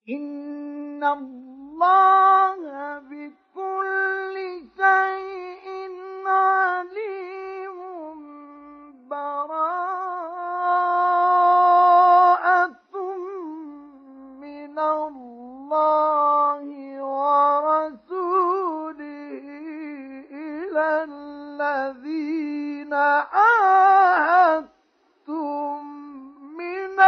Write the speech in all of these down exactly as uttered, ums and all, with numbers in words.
إن الله بكل شيء عليم. براءة من الله ورسوله إلى الذين عاهدتم من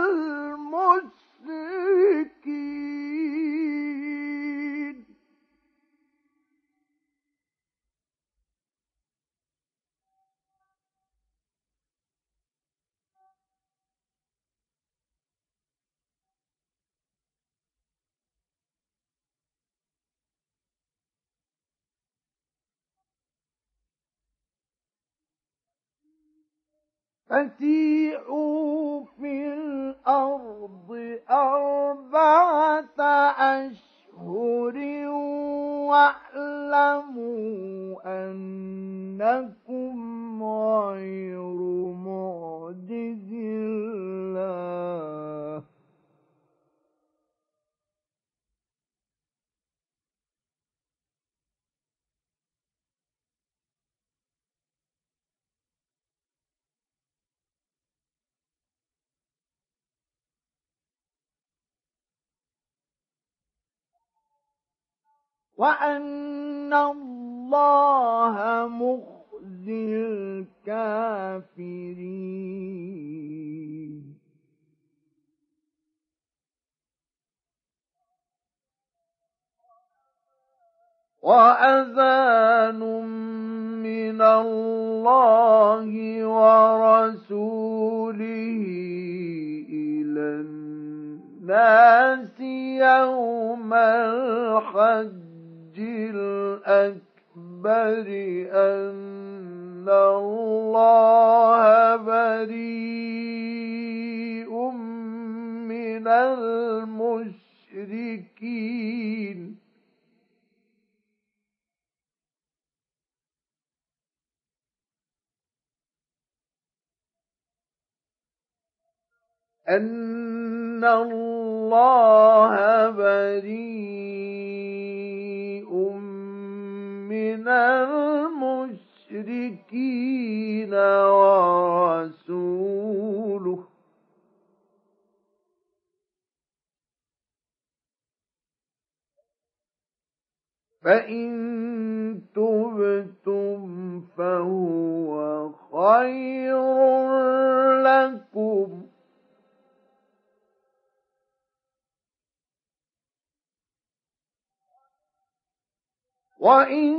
المشركين. فسيحوا في الأرض أربعة أشهر واعلموا أنكم غير معجز الله وأن الله مخزي الكافرين. وأذان من الله ورسوله إلى الناس يوم الحج الأكبر أن الله بريء من المشركين أن الله بريء من المشركين ورسوله فإن تبتم فهو خير لكم وَإِن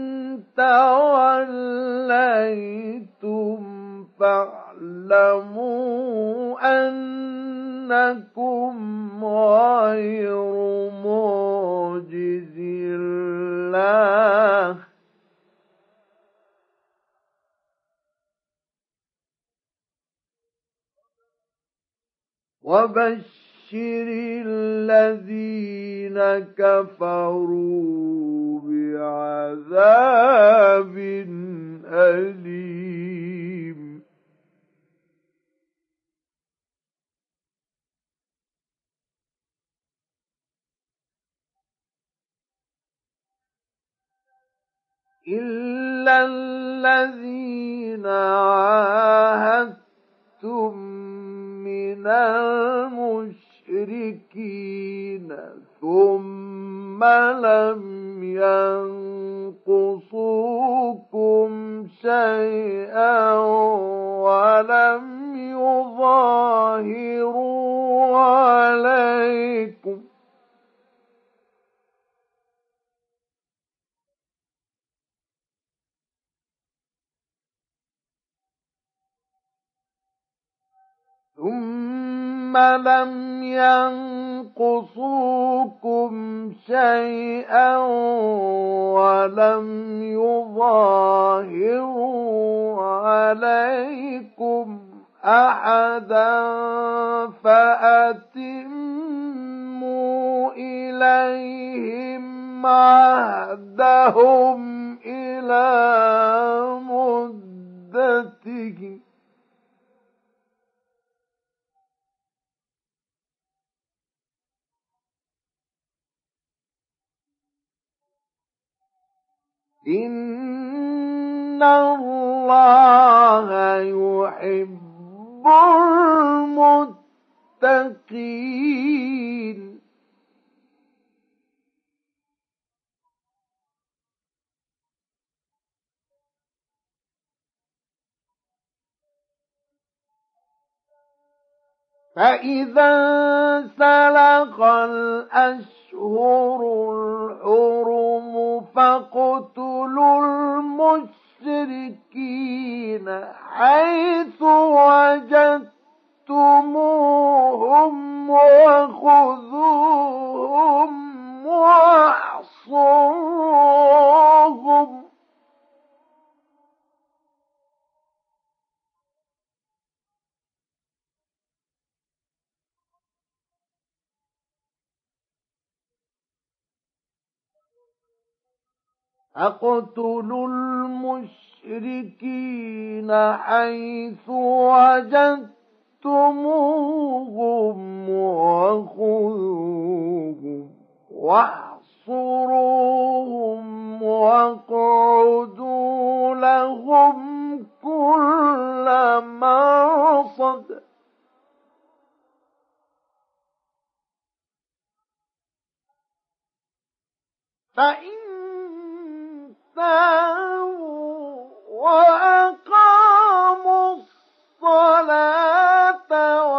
تَوَلَّيْتُمْ فَاعْلَمُوا أَنَّكُمْ غَيْرُ مُعْجِزِي اللَّهِ وَبَشِّرِ الَّذِينَ كَفَرُوا بِعَذَابٍ أَلِيمٍ. إِلَّا الَّذِينَ عَاهَدتُّم مِّنَ الْمُشْرِكِينَ ثُمَّ لَمْ يَنقُصُوكُمْ شَيْئًا وَلَمْ يُظَاهِرُوا عَلَيْكُمْ ثُمَّ لَمْ يَنقُصُوكُمْ شَيْئًا وَلَمْ يُظَاهِرُوا عَلَيْكُمْ أَحَدًا فَأَتِمُّوا إِلَيْهِمْ عَهْدَهُمْ إِلَى مُدَّتِهِمْ إن الله يحب المتقين. فإذا سلخ الأشهر الحرم فاقتلوا المشركين حيث وجدتموهم وخذوهم واحصروهم اقتلوا المشركين حيث وجدتموهم وخذوهم واحصروهم واقعدوا لهم كل مرصد فإن تابوا وأقاموا الصلاة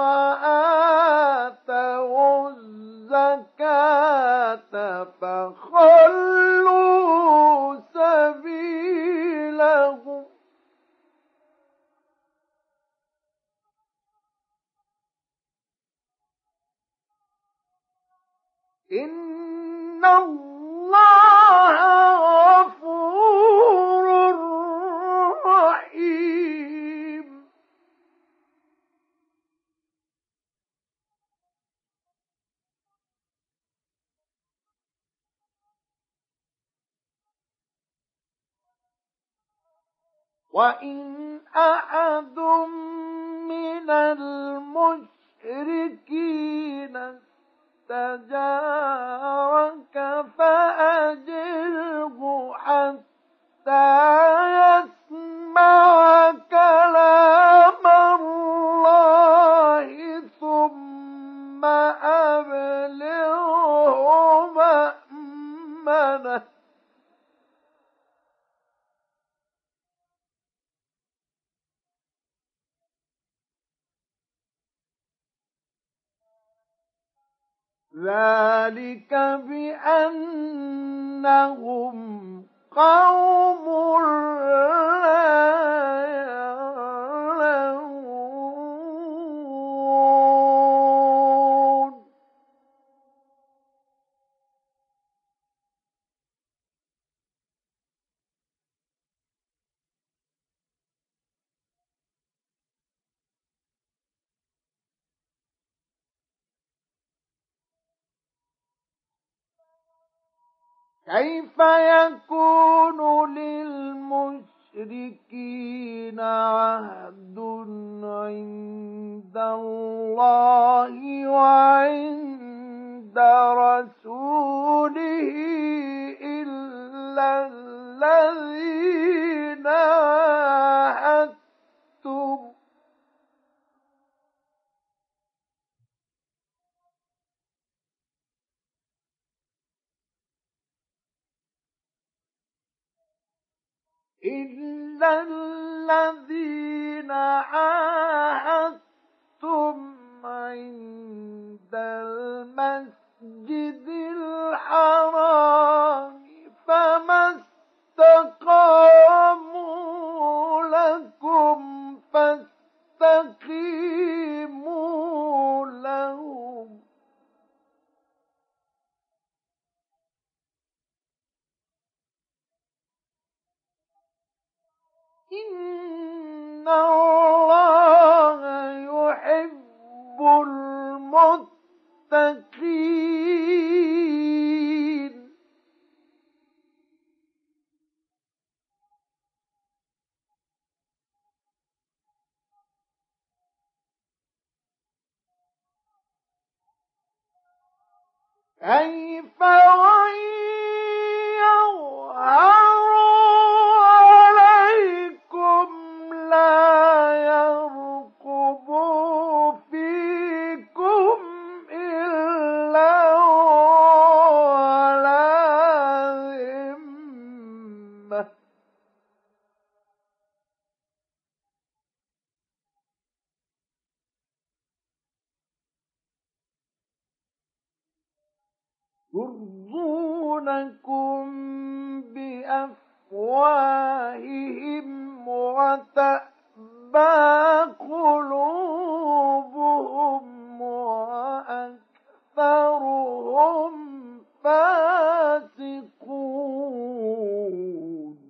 وآتوا الزكاة فخلوا سبيلهم إن الله غفور رحيم. وإن أحد من المشركين استجارك فأجره حتى يسمع كلام الله ثم أبلغه مأمنه ذلك بأنهم قوم لا يعلمون. كيف يكون للمشركين عهد عند الله وعند رسوله إلا الذين عاهدتم إلا الذين عاهدتم عند المسجد الحرام فما استقاموا لكم فاستقيموا لهم إن الله يحب المتقين. كيف وإن يظهروا يرضونكم بأفواههم وتأبى قلوبهم وأكثرهم فاسقون.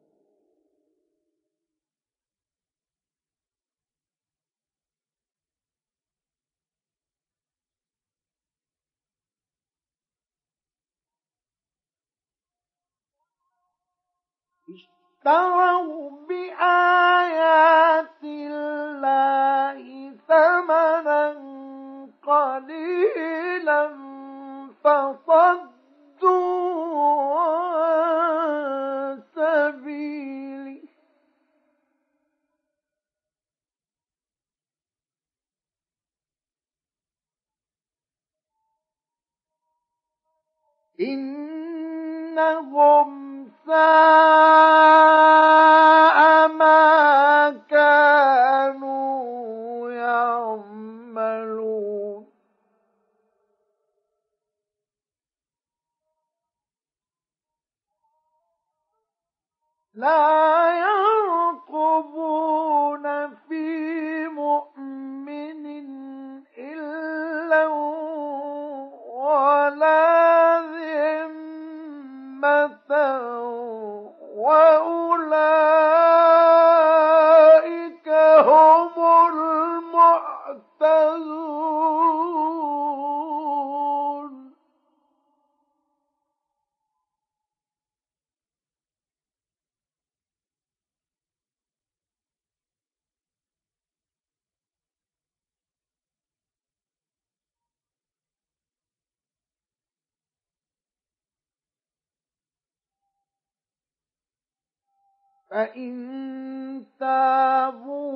اشتروا بآيات الله ثمنا قليلا فصدوا عن سبيله إنهم ساء ما كانوا يعملون. لا يرقبون في مؤمن إلا ولا ذمة وأولئك هم المعتدون. فإن تابوا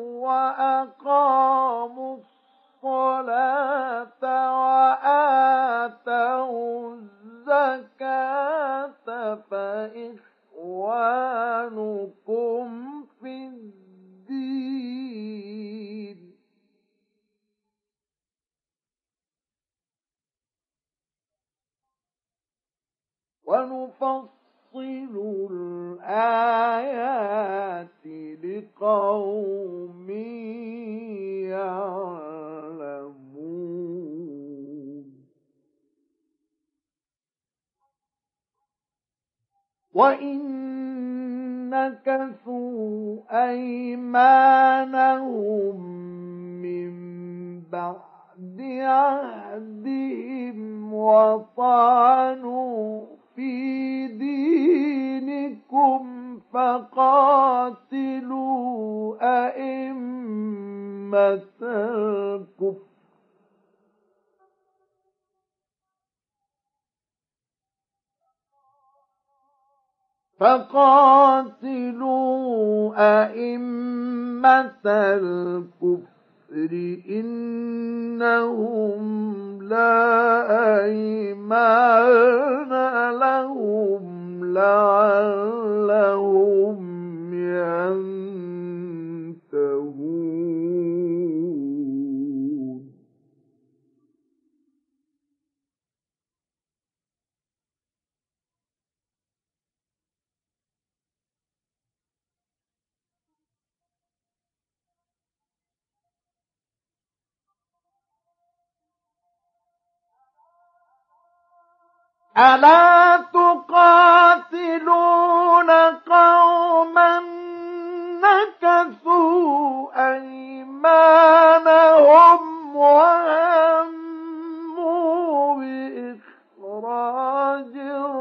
وأقاموا الصلاة وآتوا الزكاة فإخوانكم في الدين ونفصل الآيات لقوم يعلمون. وإن نكثوا أيمانهم من بعد عهدهم وطعنوا في دينكم فقاتلوا أئمة الكفر فقاتلوا أئمة الكفر إنهم لا أيمان لهم لعلهم ينتهون. ألا تقاتلون قوما نكثوا أيمانهم وهموا بإخراج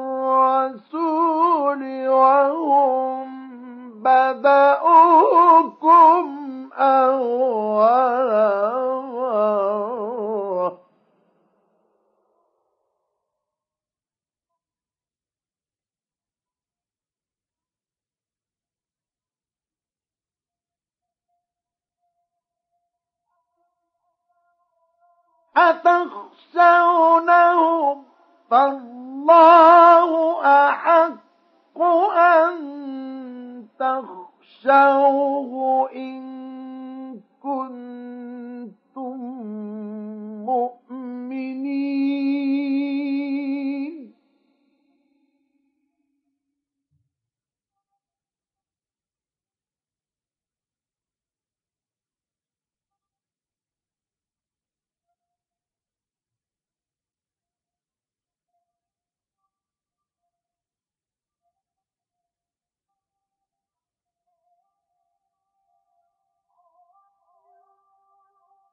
الرسول وهم بدأوكم أول مرة أتخشونهم فالله أحق أن تخشوه إن كنتم مؤمنين.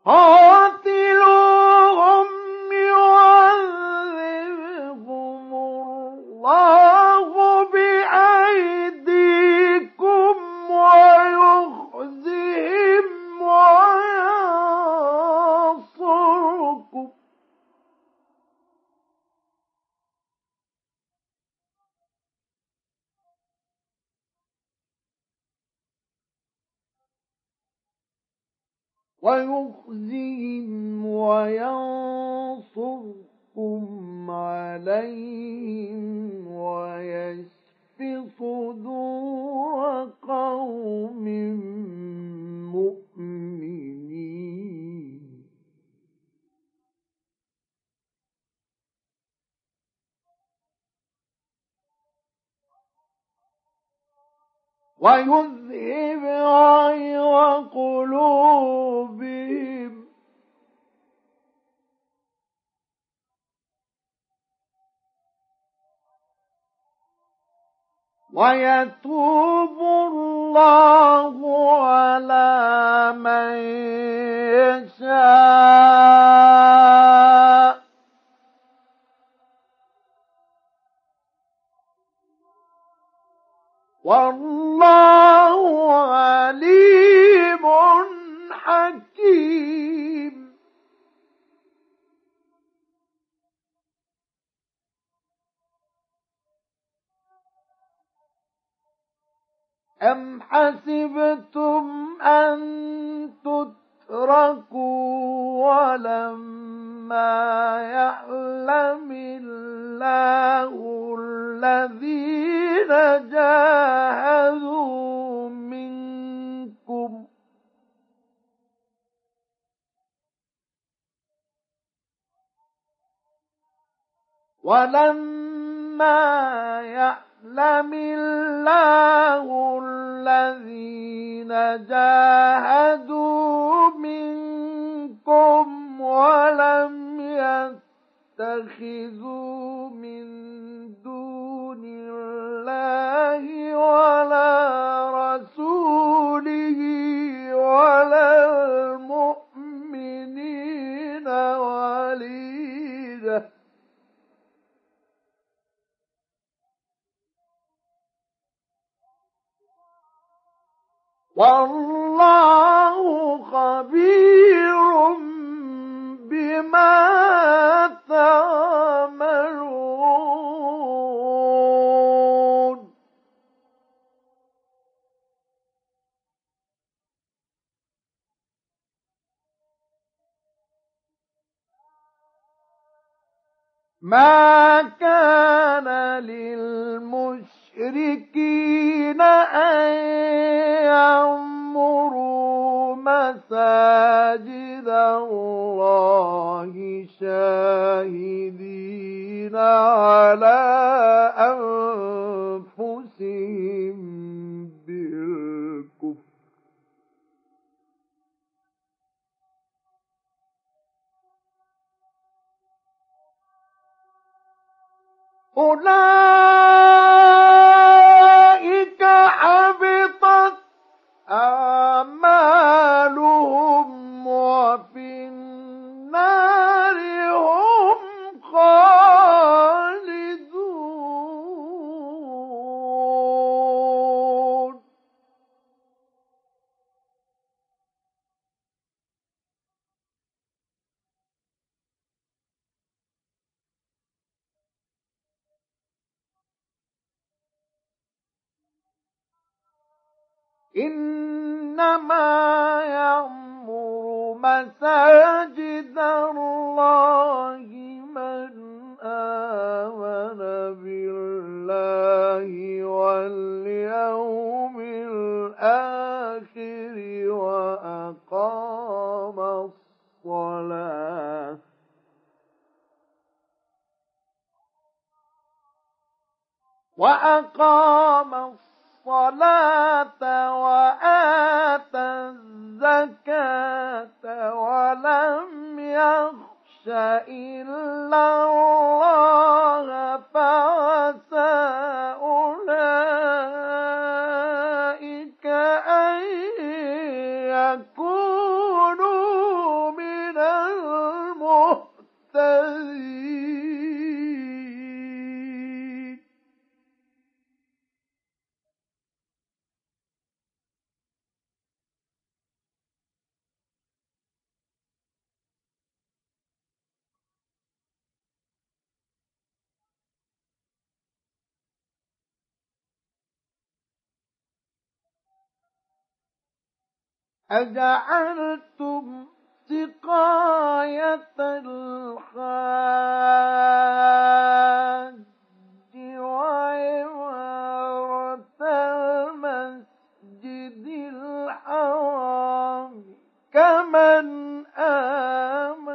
قاتلوهم يعذبهم الله بأيديكم ويخزهم وينصركم ويخزهم وينصركم عليهم ويشف صدور قوم مؤمنين ويذهب غيظ قلوبهم ويتوب الله على من يشاء والله عليم حكيم. أم حسبتم أن تتركوا ولما يعلم الله الذين جاهدوا منكم ولما يعلم الله الذين جاهدوا منكم ولم يتخذوا من دون الله ولا رسوله ولا المؤمنين وليجة والله خبير بما تعملون. ما كان للمشركين أن يعمروا مساجد الله شاهدين على أنفسهم بالكفر أولئك حبطت أعمالهم وفي النار هم خالدون. إنما يعمر مساجد الله من آمن بالله واليوم الآخر وأقام الصلاة وأقام الصلاة الصلاة وآتى الزكاة ولم يخش إلا الله فعسى أولئك أن يكونوا أجعلتم سقاية الحاج وعمارة المسجد الحرام كمن آمن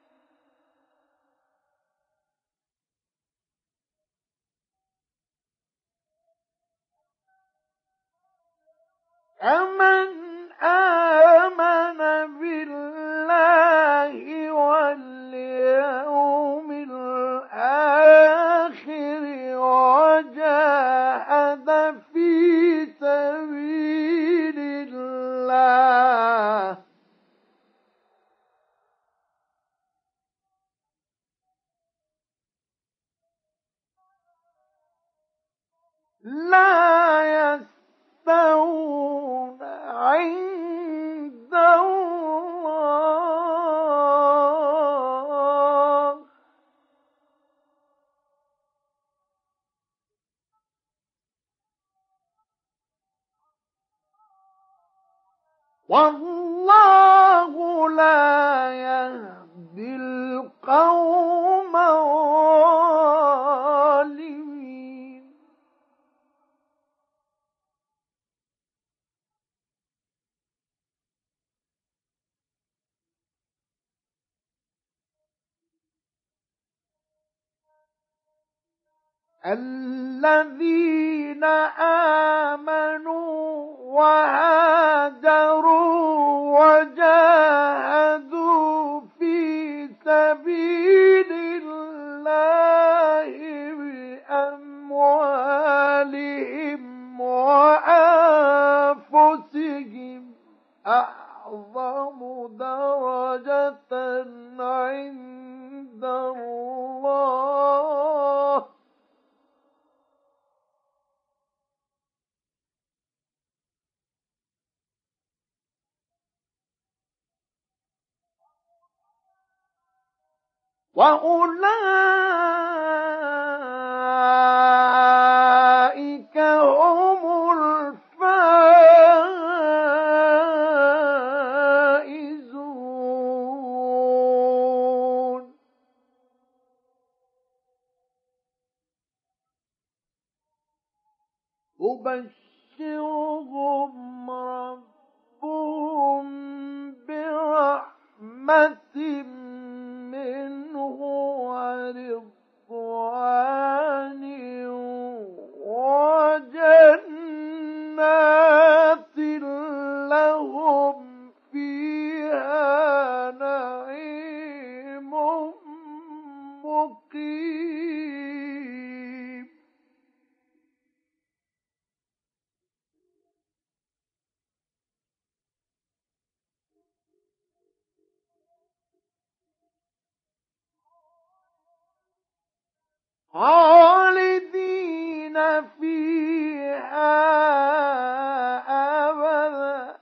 كمن آمن بالله واليوم الآخر وجاهد في سبيل الله لا يستوون عند الله والله لا يهدي القوم الظالمين. الذين آمنوا وهاجروا وجاهدوا في سبيل الله بأموالهم وأنفسهم أعظم درجة عند الله وأولئك هم الفائزون. يبشرهم ربهم برحمة منه ورضوان وجنات لهم فيها نعيم مقيم. خالدين فيها أبدا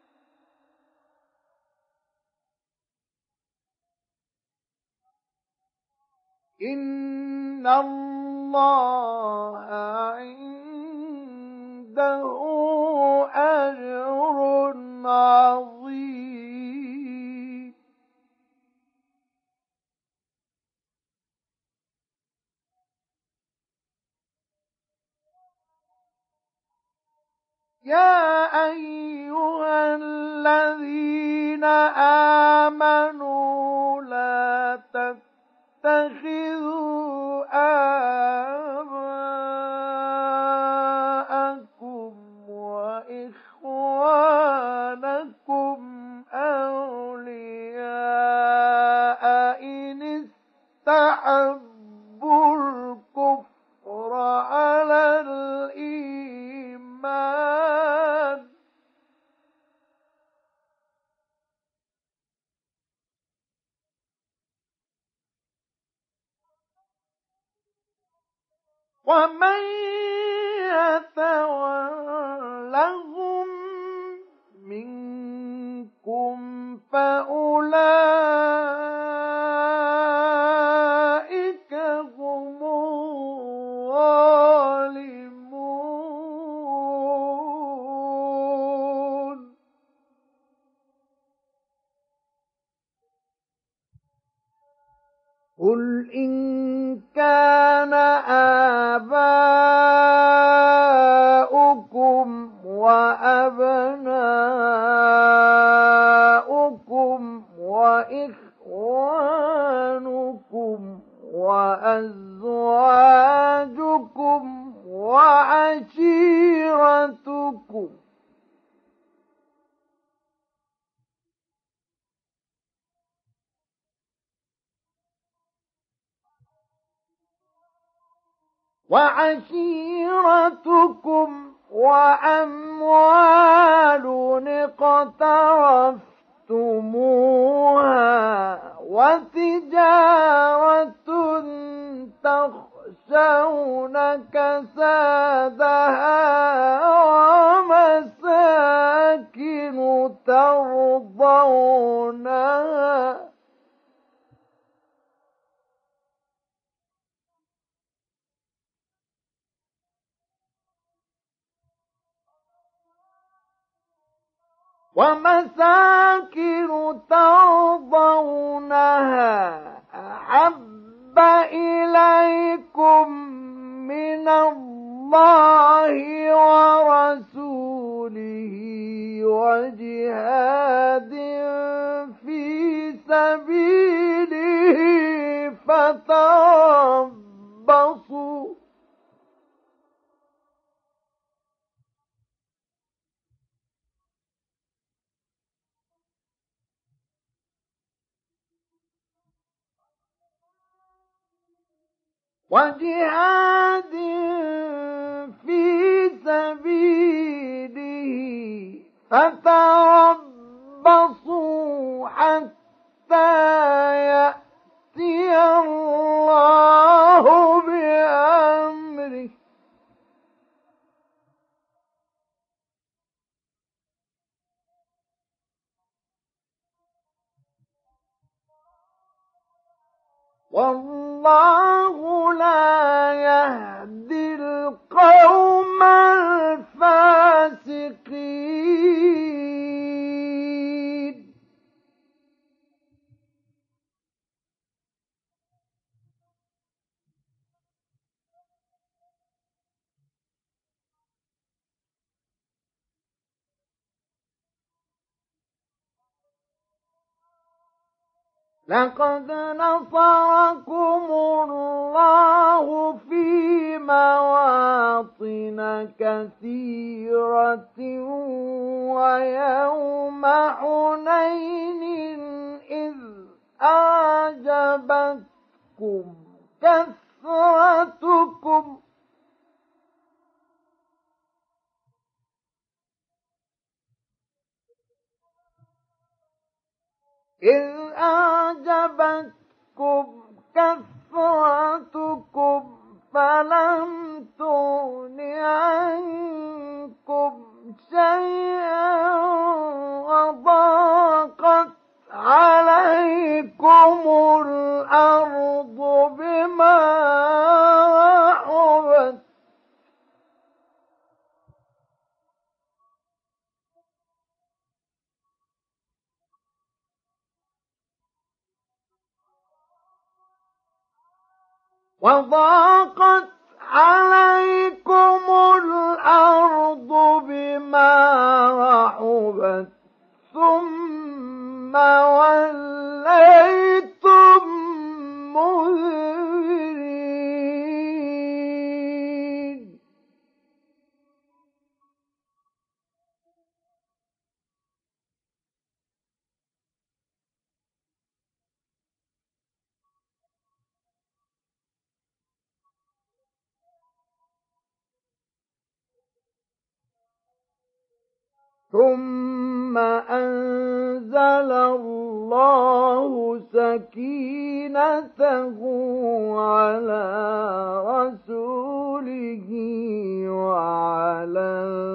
إن الله عنده أجر عظيم. يا أيها الذين آمنوا لا تتخذوا آباءكم وإخوانكم أولياء إن استحبوا الكفر على الإيمان ومن يتولهم منكم فأولئك هم الظالمون. قل إن كان آباؤكم وأبناؤكم وإخوانكم وأزواجكم وعشيرتكم وعشيرتكم وأموال اقترفتموها وتجارة تخشون كسادها ومساكن ترضونها ومساكن ترضونها أحب إليكم من الله ورسوله وجهاد في سبيله فتربصوا وجهاد في سبيله فتربصوا حتى يأتي الله بأمره والله لا يهدي القوم الفاسقين لقد نصركم الله في مواطن كثيرة ويوم حنين إذ أعجبتكم كثرتكم إذ أعجبتكم كثرتكم فلم تغن عنكم شيئا وضاقت عليكم الأرض بما رحبت وضاقت عليكم الأرض بما رحبت ثم وليتم مدبرين ثم أنزل الله سكينته على رسوله وعلى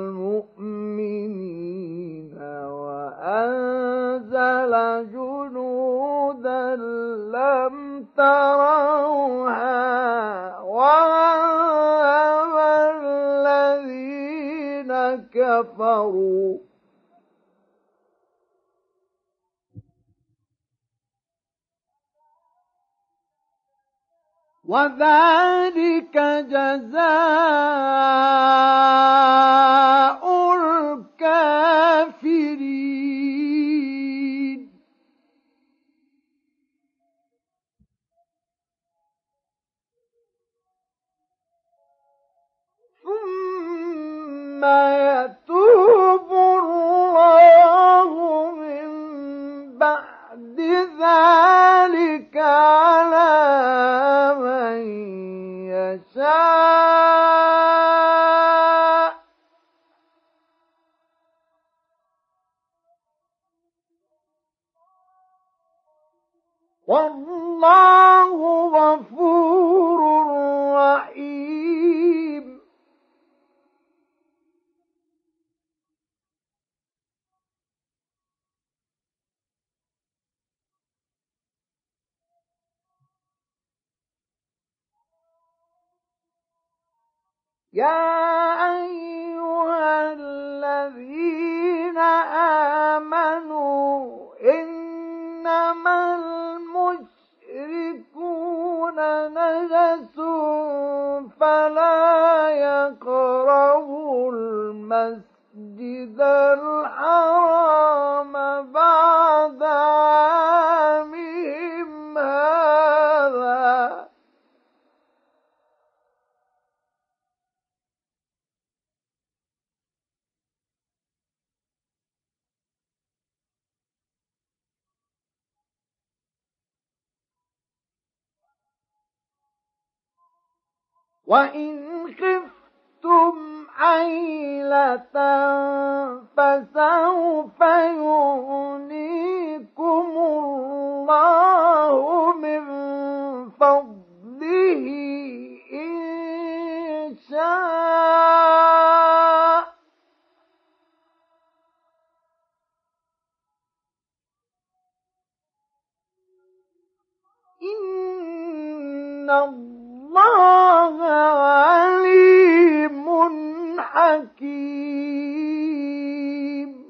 المؤمنين وأنزل جنودا لم تروها وعذب الذين كفروا وذلك جزاء الكافرين. ثم يتوب الله من بعد ذلك على من يشاء، والله غفور رحيم. يا أيها الذين آمنوا إنما المشركون نجس فلا يقربوا المسجد الحرام بعد عامهم هذا، وإن خفتم عيلة فسوف يغنيكم الله من فضله إن شاء، إن الله عليم حكيم.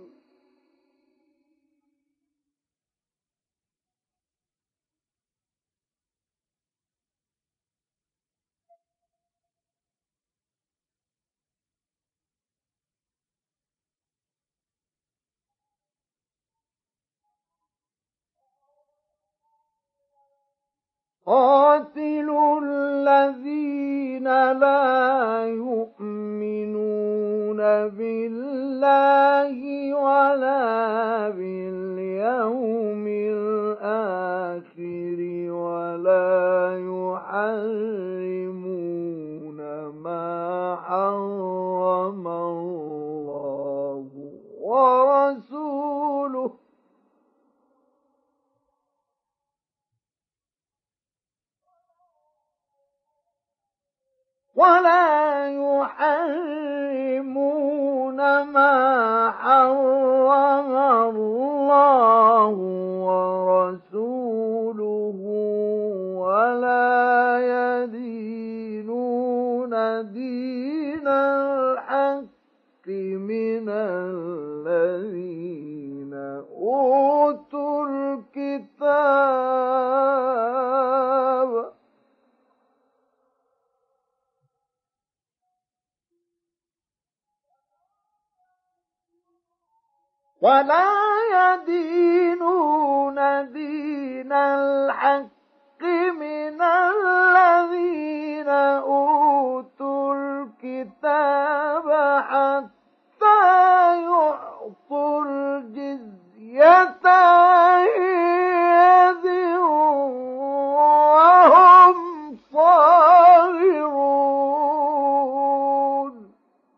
قاتلوا الذين لا يؤمنون بالله ولا باليوم الآخر ولا يحرمون ما حرم الله ورسوله ولا يحرمون ما حرم الله ورسوله ولا يدينون دين الحق من الذين أوتوا الكتاب ولا يدينون دين الحق من الذين أوتوا الكتاب حتى يعطوا الجزية عن يد وهم صاغرون.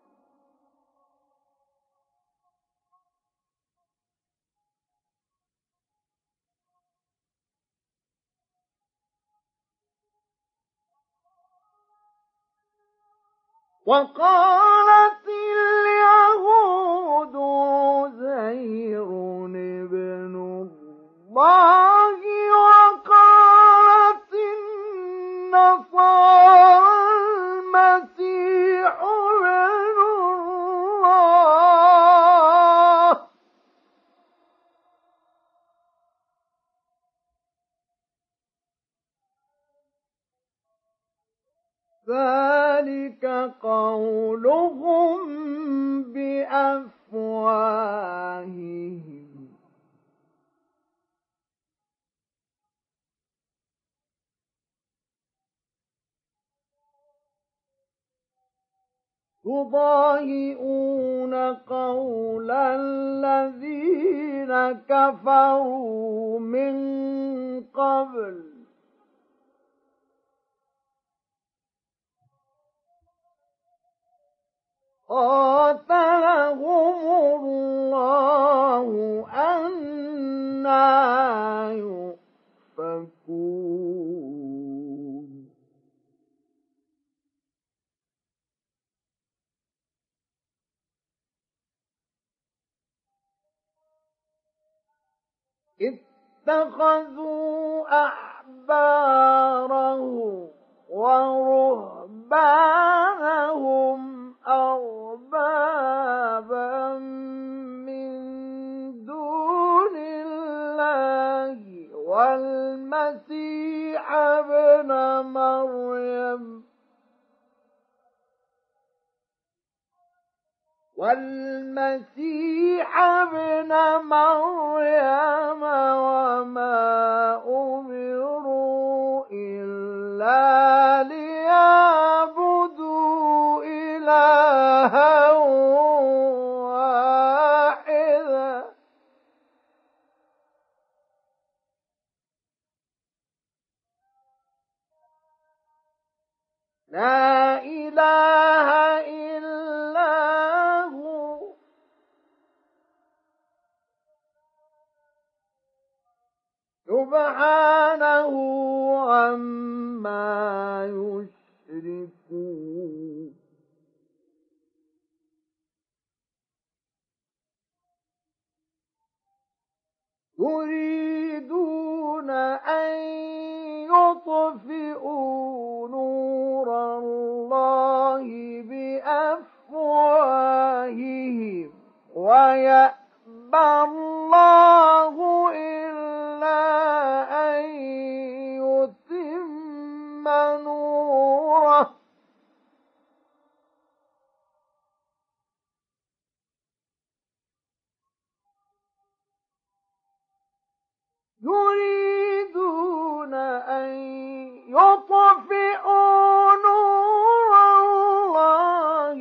وقالت اليهود عزير ابن الله وقالت النصارى المسيح ابن الله ذلك قولهم بأفواههم يضاهئون قول الذين كفروا من قبل قاتلهم الله أنى يؤفكون اتخذوا أحبارهم ورهبانهم أربابا من دون الله والمسيح ابن مريم والمسيح ابن مريم وما أمروا إلا ليعبدوا إلها واحدا لا إله إلا هو سبحانه عما يشركون يريدون أن يطفئوا نور الله بأفواههم ويأبى الله إلا أن يتم نوره يريدون أن يطفئوا نور الله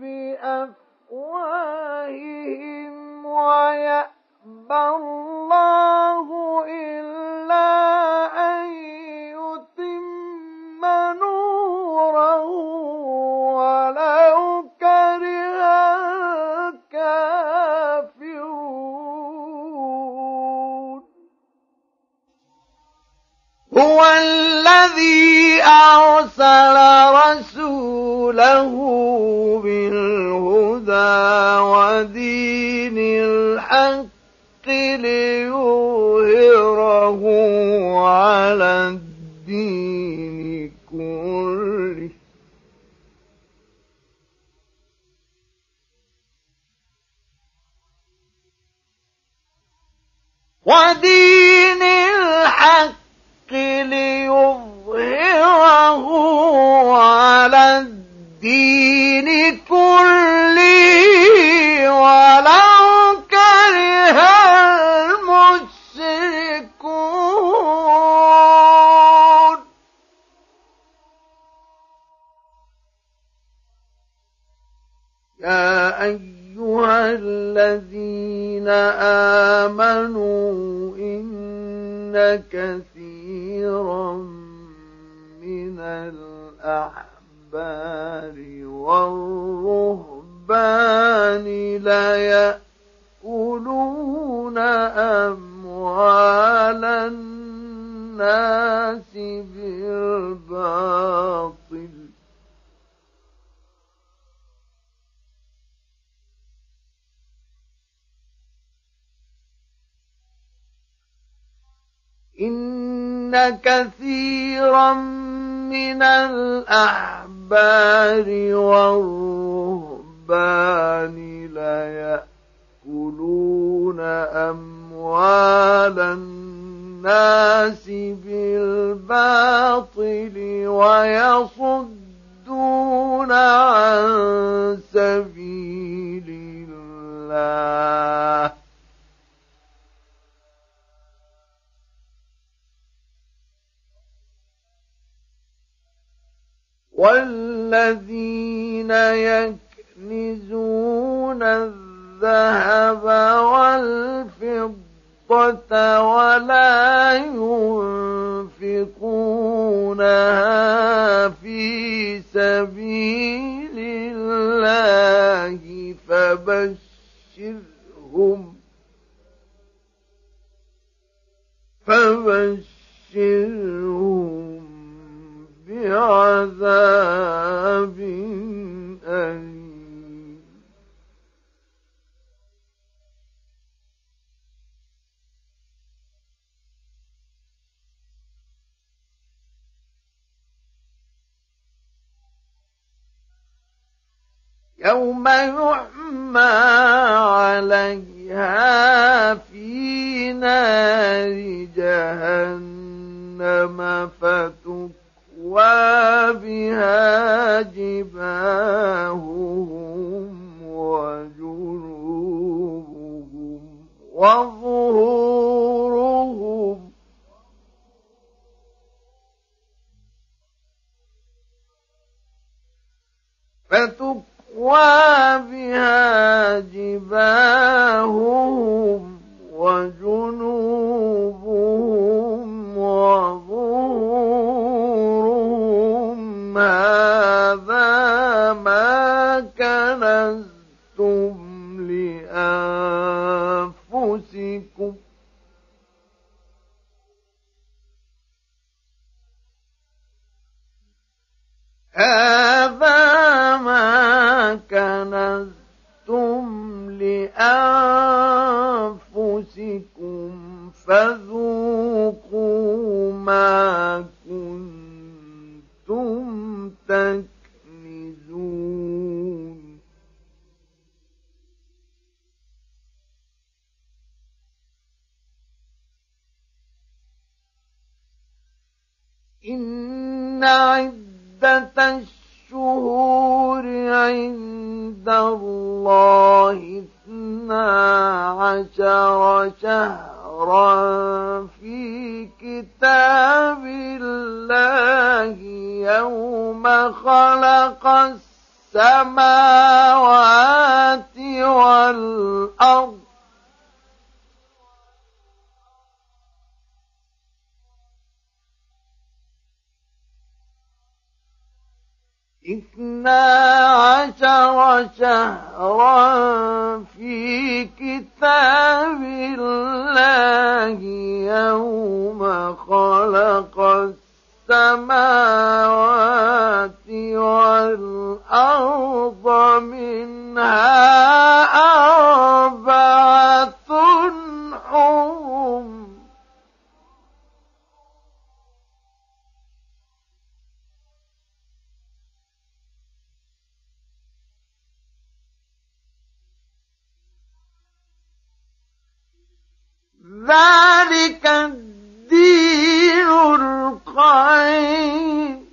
بأفواههم ويأبى الله إلا أن يتم نوره ولو كره الكافرون هو الذي أرسل رسوله بالهدى ودين الحق ليظهره على الدين كله ودين الحق ليظهره على الدين كله ولو كره المشركون يا أيها الذين آمنوا إن كثيرا من الأحبار والرهبان ليأكلون أموال الناس بالباطل إن كثيرا من الأحبار والرهبان ليأكلون أموال الناس بالباطل ويصدون والذين يكنزون الذهب والفضة ولا ينفقونها في سبيل الله فبشرهم فبشرهم بعذاب أليم. يوم يحمى عليها في نار جهنم فتكوى بها جباههم وجنوبهم وظهورهم فتكوى وبها جباههم وجنوبهم وظهورهم هذا ما كنزتم لأنفسكم هذا ما كنزتم لأنفسكم فذوقوا ما كنتم تكنزون. إن عدة الشهور عند الله اثنا عشر شهرا في كتاب الله يوم خلق السماوات والأرض اثنا عشر شهرا في كتاب الله يوم خلق السماوات والأرض منها أربعة حرم ذلك الدين القيم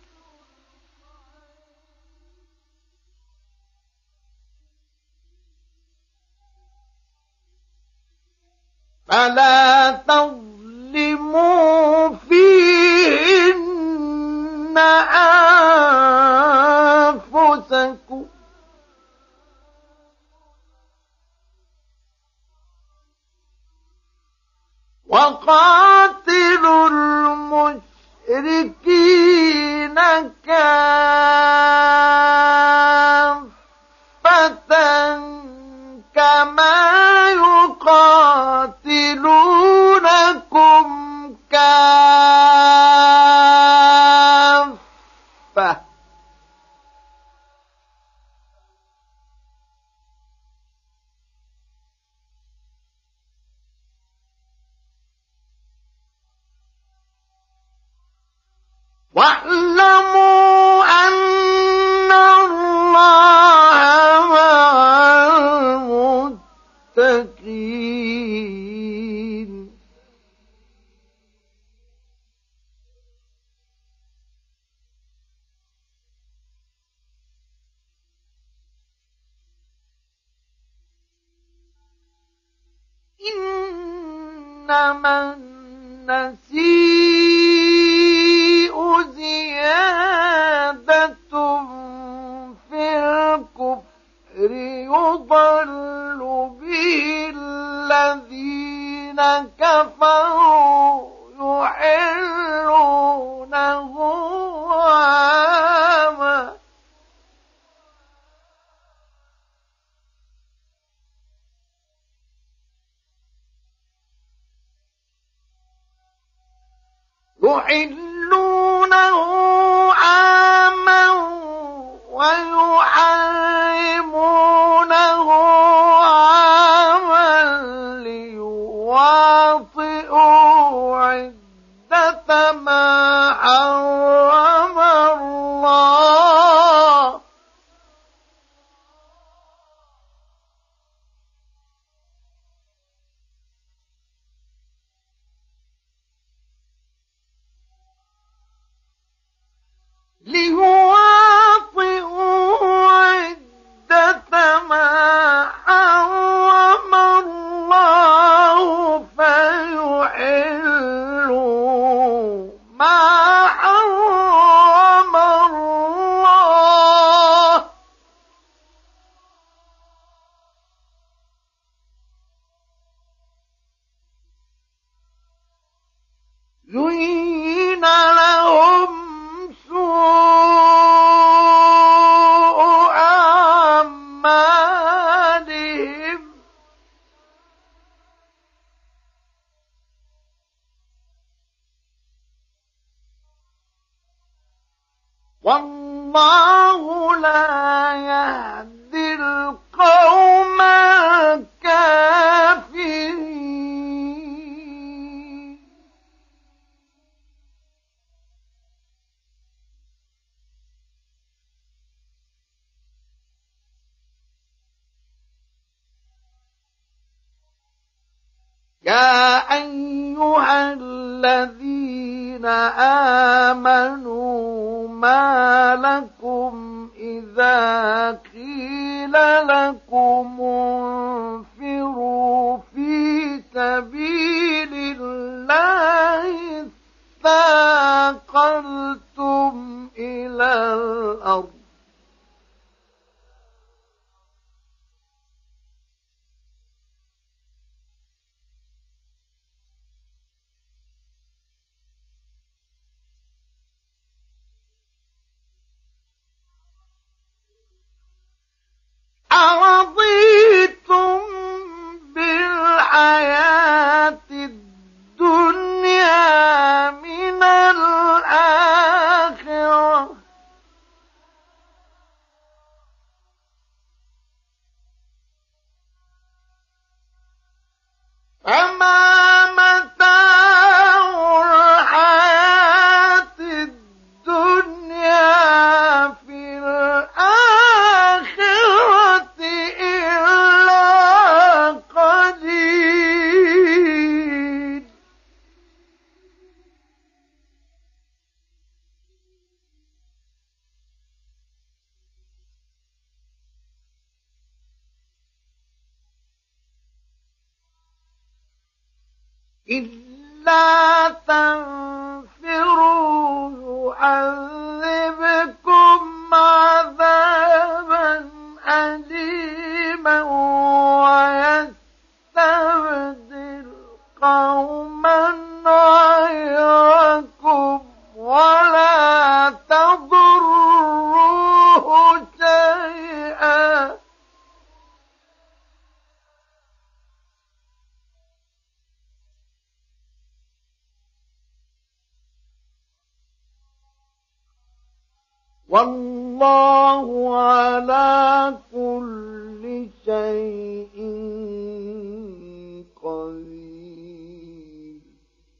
فلا تظلموا فيهن أنفسكم وقاتلوا المشركين كافة كما يقاتلونكم كافة واعلموا أن الله مع المتقين. إنما النسيء زيادة يضل به الذين كفروا يحلونه عاما يحلونه عاما ويحرمونه عاما ليواطئوا عدة ما حرم الله ليواطئوا عدة ما حرم الله فيحلوا ما حرم الله زين لهم سوء أعمالهم والله لا يهدي القوم الكافرين يا أيها الذين آمنوا ما لكم إذا قيل لكم انفروا في سبيل الله اثاقلتم إلى الأرض أرضيتم بالحياة الدنيا من الآخرة فما متاع الحياة الدنيا في الآخرة إلا قليل إلا تنفروا يعذبكم عذابا أليما ويستبدل قوما غيركم ولا تضروه شيئا والله على كل شيء قدير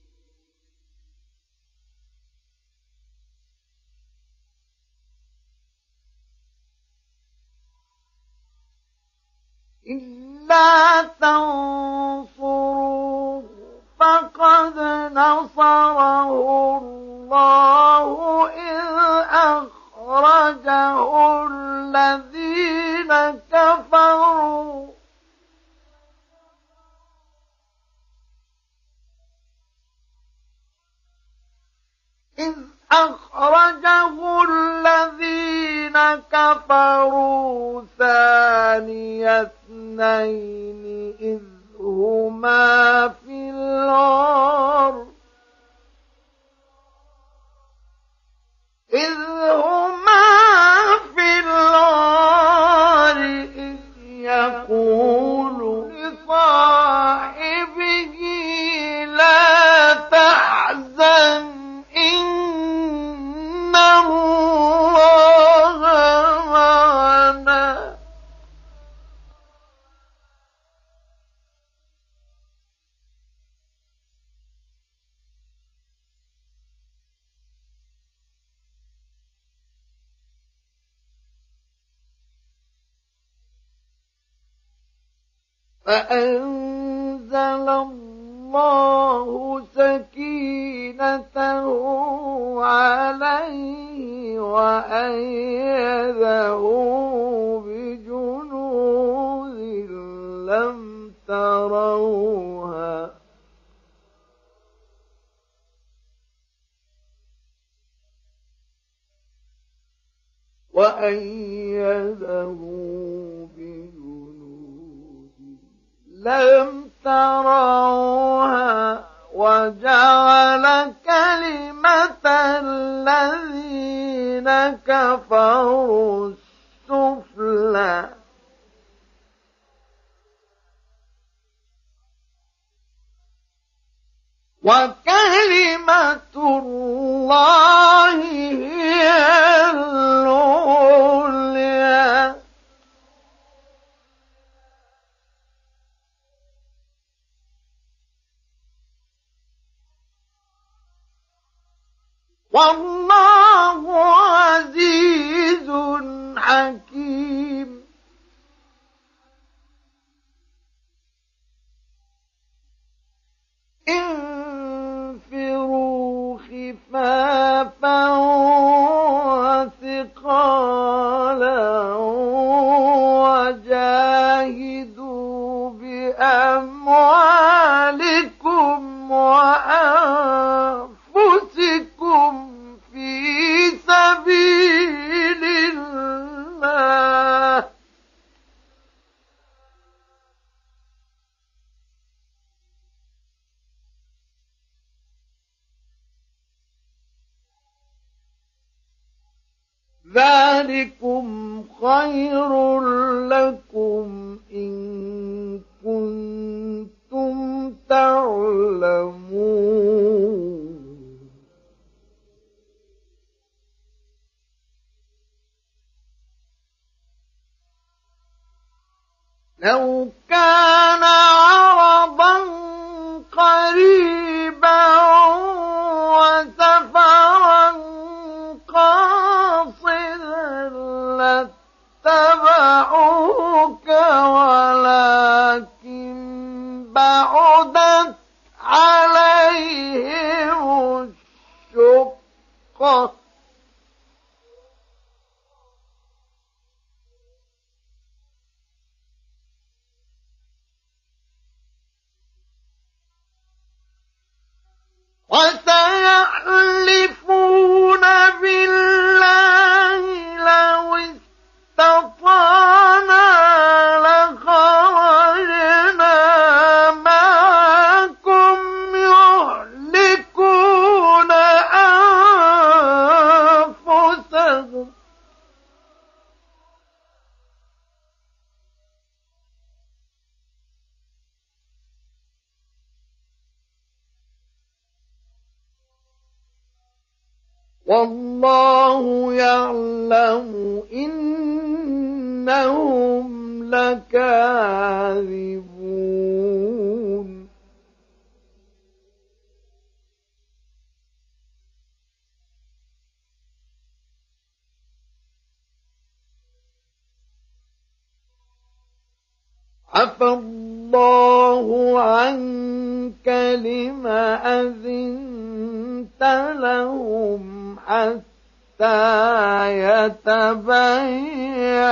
إلا تنصروه فقد نصره الله إذ أخرجه الذين كفروا إذ أخرجه الذين كفروا ثاني اثنين إذ هما في الغار إذ هما في الغار إذ يقول لصاحبه لا تحزن إن الله معنا فأنزل الله سكينته عليه وأيده بجنود لم تروها وأيده لم تروها وجعل كلمة الذين كفروا السفلى وكلمة الله هي العليا والله عزيز حكيم انفروا خفافا وثقالا وجاهدوا بأموالكم وأنفسكم في سبيل الله ذلكم خير لكم إن كنتم تعلمون لو كان عرضا قريبا وسفرا قاصدا لاتبعوك ولكن بعدت عليهم الشقة وسيحلفون بالله لو استطعنا لخرجنا معكم يهلكون أنفسهم والله يعلم إنهم لكاذبون عفى الله عنك لما أذنت لهم حتى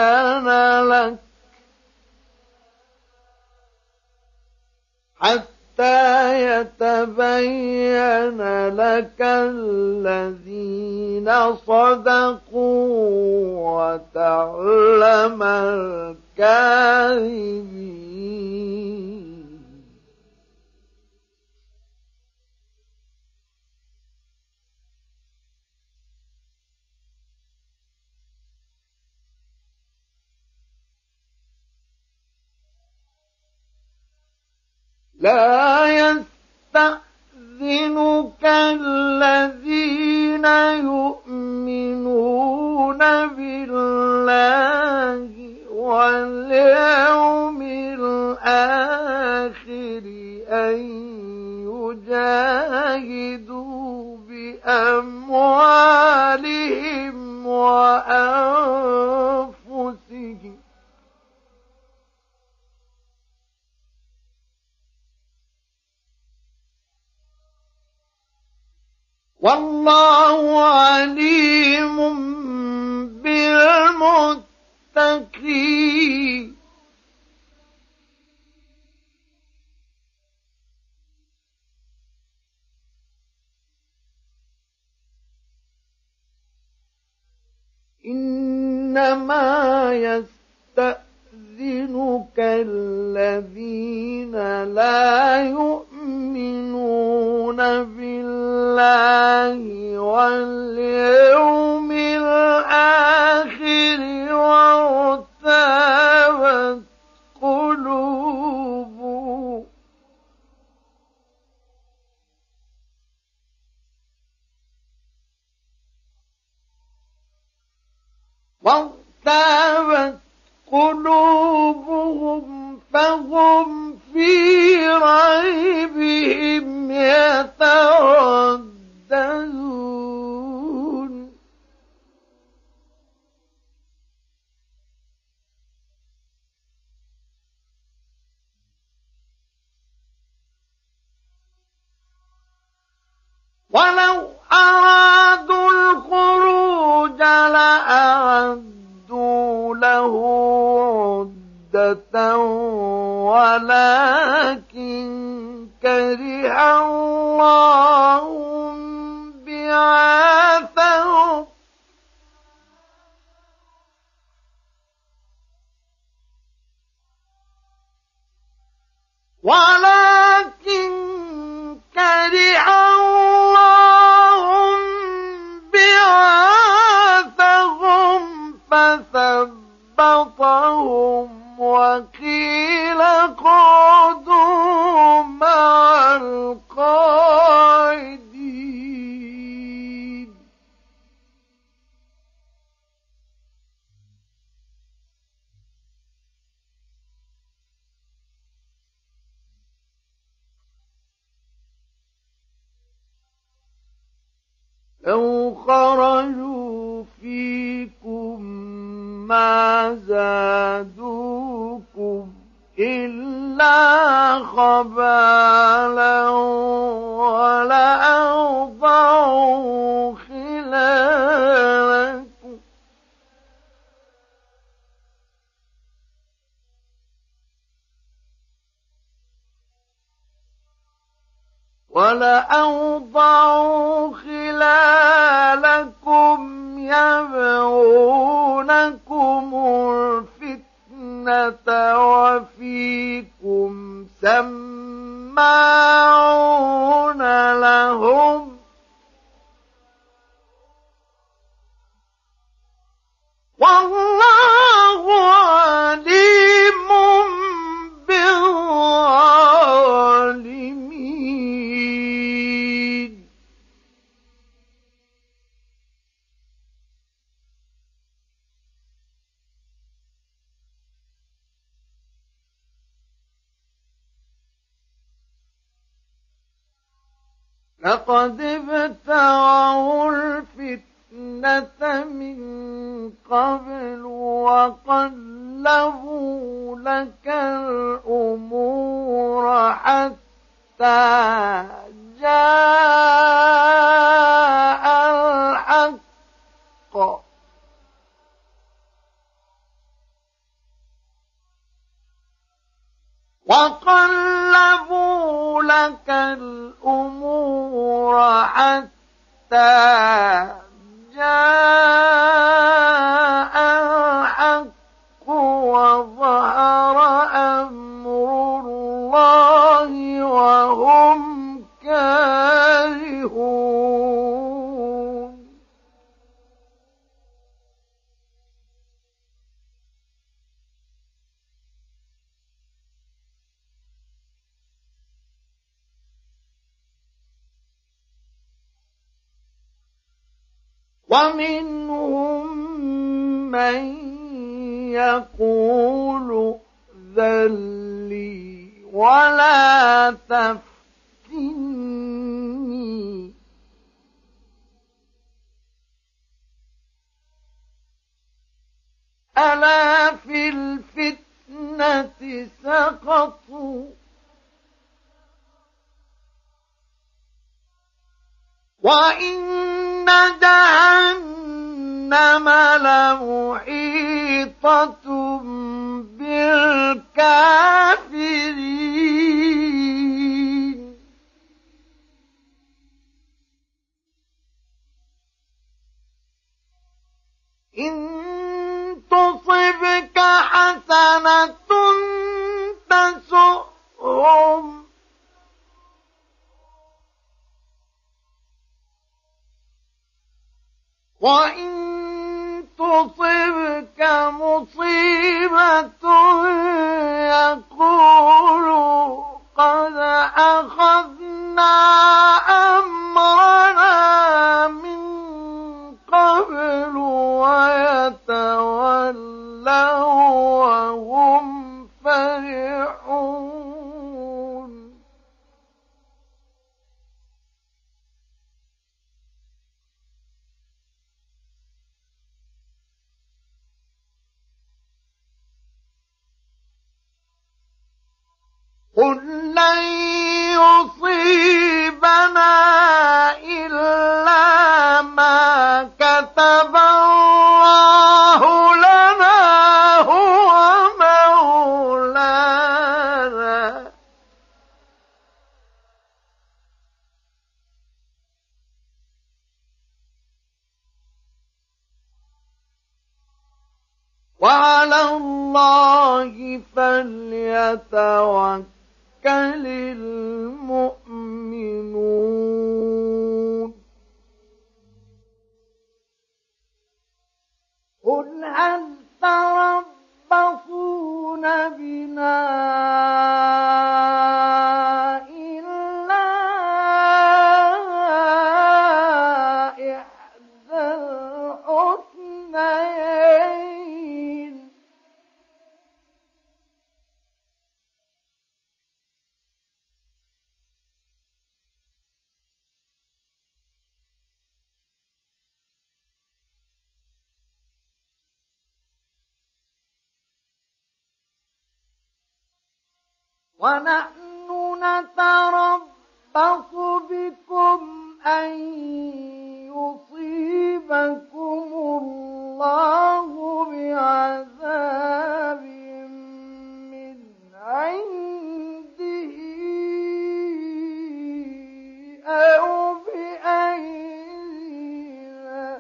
يتبين لك حتى يتبين لك الذين صدقوا وتعلم الكاذبين. لا يستأذنك الذين يؤمنون بالله واليوم الآخر أن يجاهدوا بأموالهم وأنفسهم. والله عليم بالمتقين. إنما يستأذنك الذين لا يؤمنون بالله واليوم الآخر وارتابت قلوبهم وارتابت قلوبهم فهم في ريبهم يترددون. ولو أرادوا الخروج لأعدوا له عدة ولكن كره الله بعاثهم ولكن كره الله بعاثهم فثبطهم وقيل اقعدوا مع القاعدين. لو خرجوا فيكم ما زادوكم إلا خبالا ولأوضعوا خلالكم ولأوضعوا خلالكم يبغونكم الفتنة وفيكم سماعون لهم والله عليم بالظالمين. لقد ابتغوا الفتنة من قبل وقلبوا لك الأمور حتى جاء الحق وقلبوا لك الأمور حتى جاء الحق وظهر أمر الله وهم كارهون. ومنهم من يقول ائذن لي ولا تفتني ألا في الفتنة سقطوا وإن جهنم لمحيطة بالكافرين. إن تصبك حسنة تسؤهم وإن تصبك مصيبة يقولوا قد أخذنا أمرنا من قبل ويتولوا وهم فرحون. قل لن يصيبنا إلا ما كتب الله لنا هو مولانا وعلى الله فليتوكل المؤمنون. قل هل تربصون بنا إلا إحدى الحسنيين ونحن نتربص بكم أن يصيبكم الله بعذاب من عنده أو بأيدينا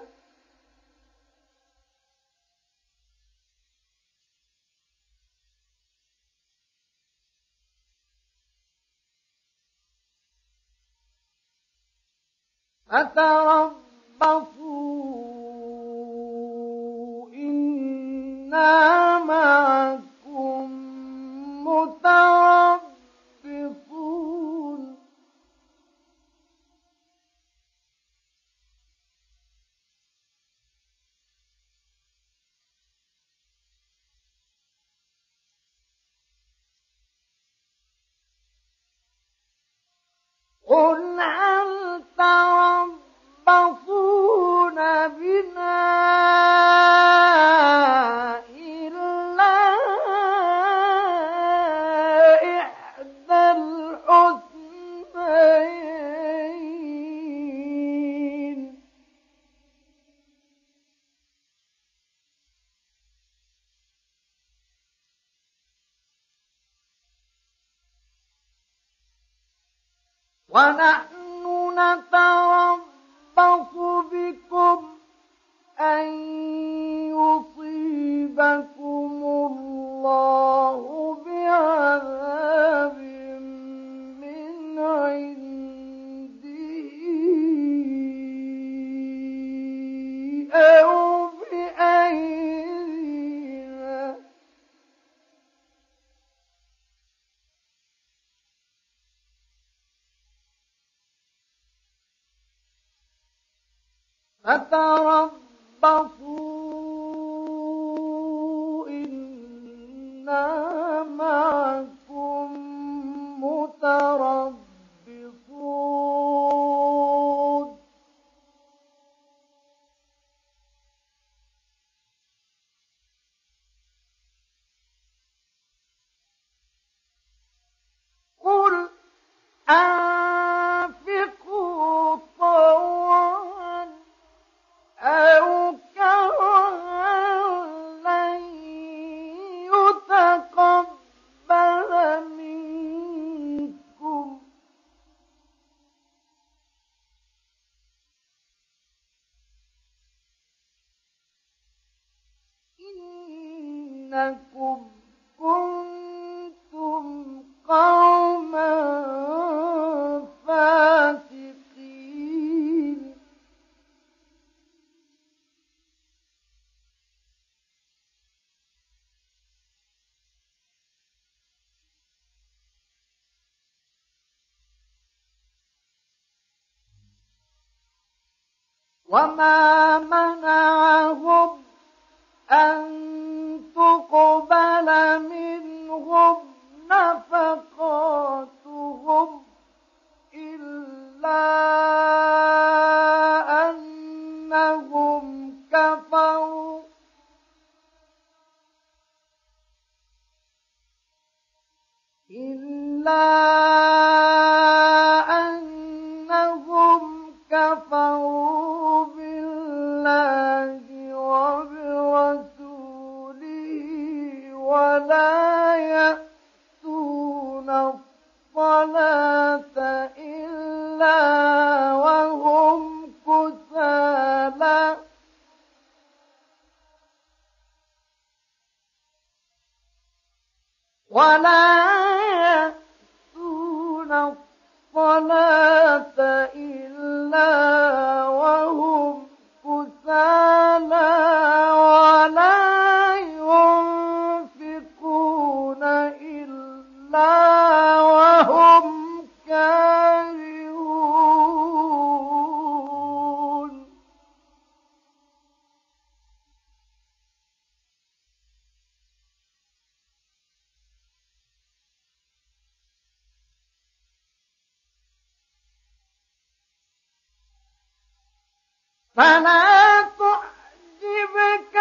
فتربصوا إنا معكم متربصون. قل هل تربصون بنا إلا إحدى الحسنيين ونحن نتربص بكم أن يصيبكم الله بعذاب من عنده أو بأيدينا فتربصوا إنا معكم متربصون قل أنفقوا طوعا أو كرها لن يتقبل منكم إنكم كنتم قوما فاسقين وما منعهم أن تقبل منهم نفقاتهم إلا أنهم كفروا إلا أنهم كفروا بالله وبرسوله ولا يأتون الصلاة إلا وهم كسالى ولا يأتون الصلاة إلا وهم كسالى ولا ينفقون إلا وهم كارهون فلا تعجبك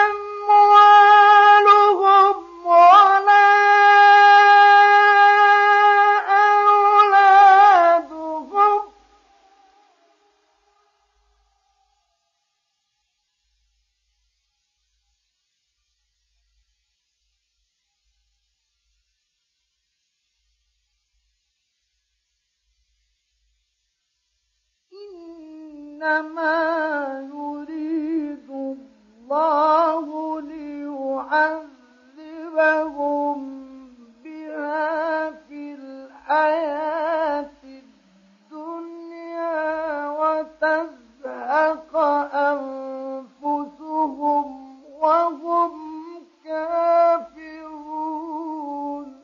أموالهم ولا أولادهم إنما يريد الله ليعذبهم بها في الحياة الدنيا وتزهق أنفسهم وهم كافرون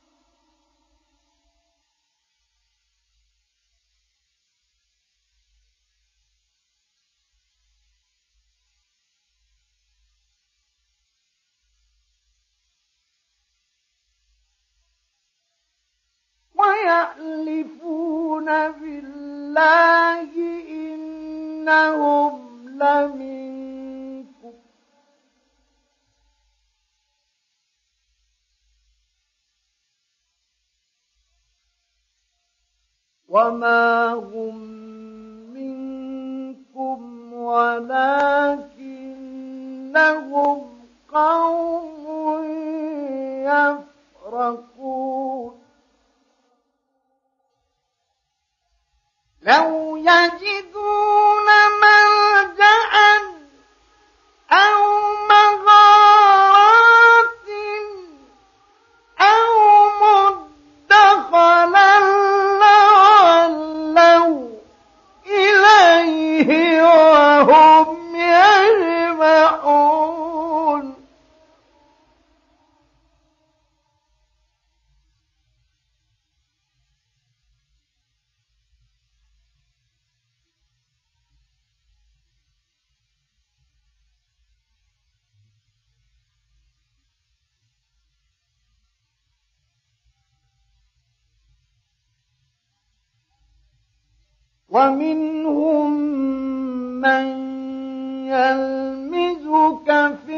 ويحلفون بالله إنهم لمنكم وما هم منكم ولكنهم قوم يفرقون يجدون ملجأ أو مغارات أو مدخلا لولوا إليه وهم يجمعون ومنهم من يلمزك في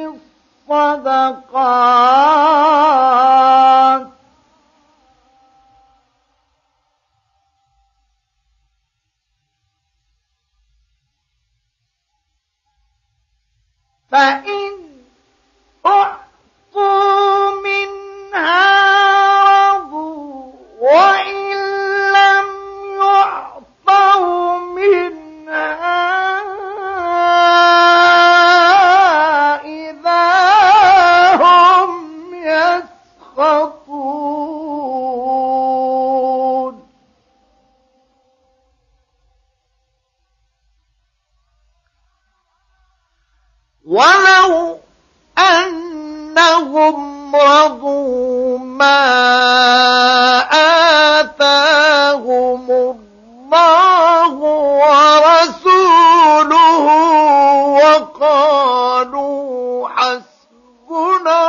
الصدقات فإن أعطوا منها رضوا وإن لم يعطوا منها إذا هم يسخطون ولو أنهم رضوا ما آتاهم الله ورسوله وقالوا حسبنا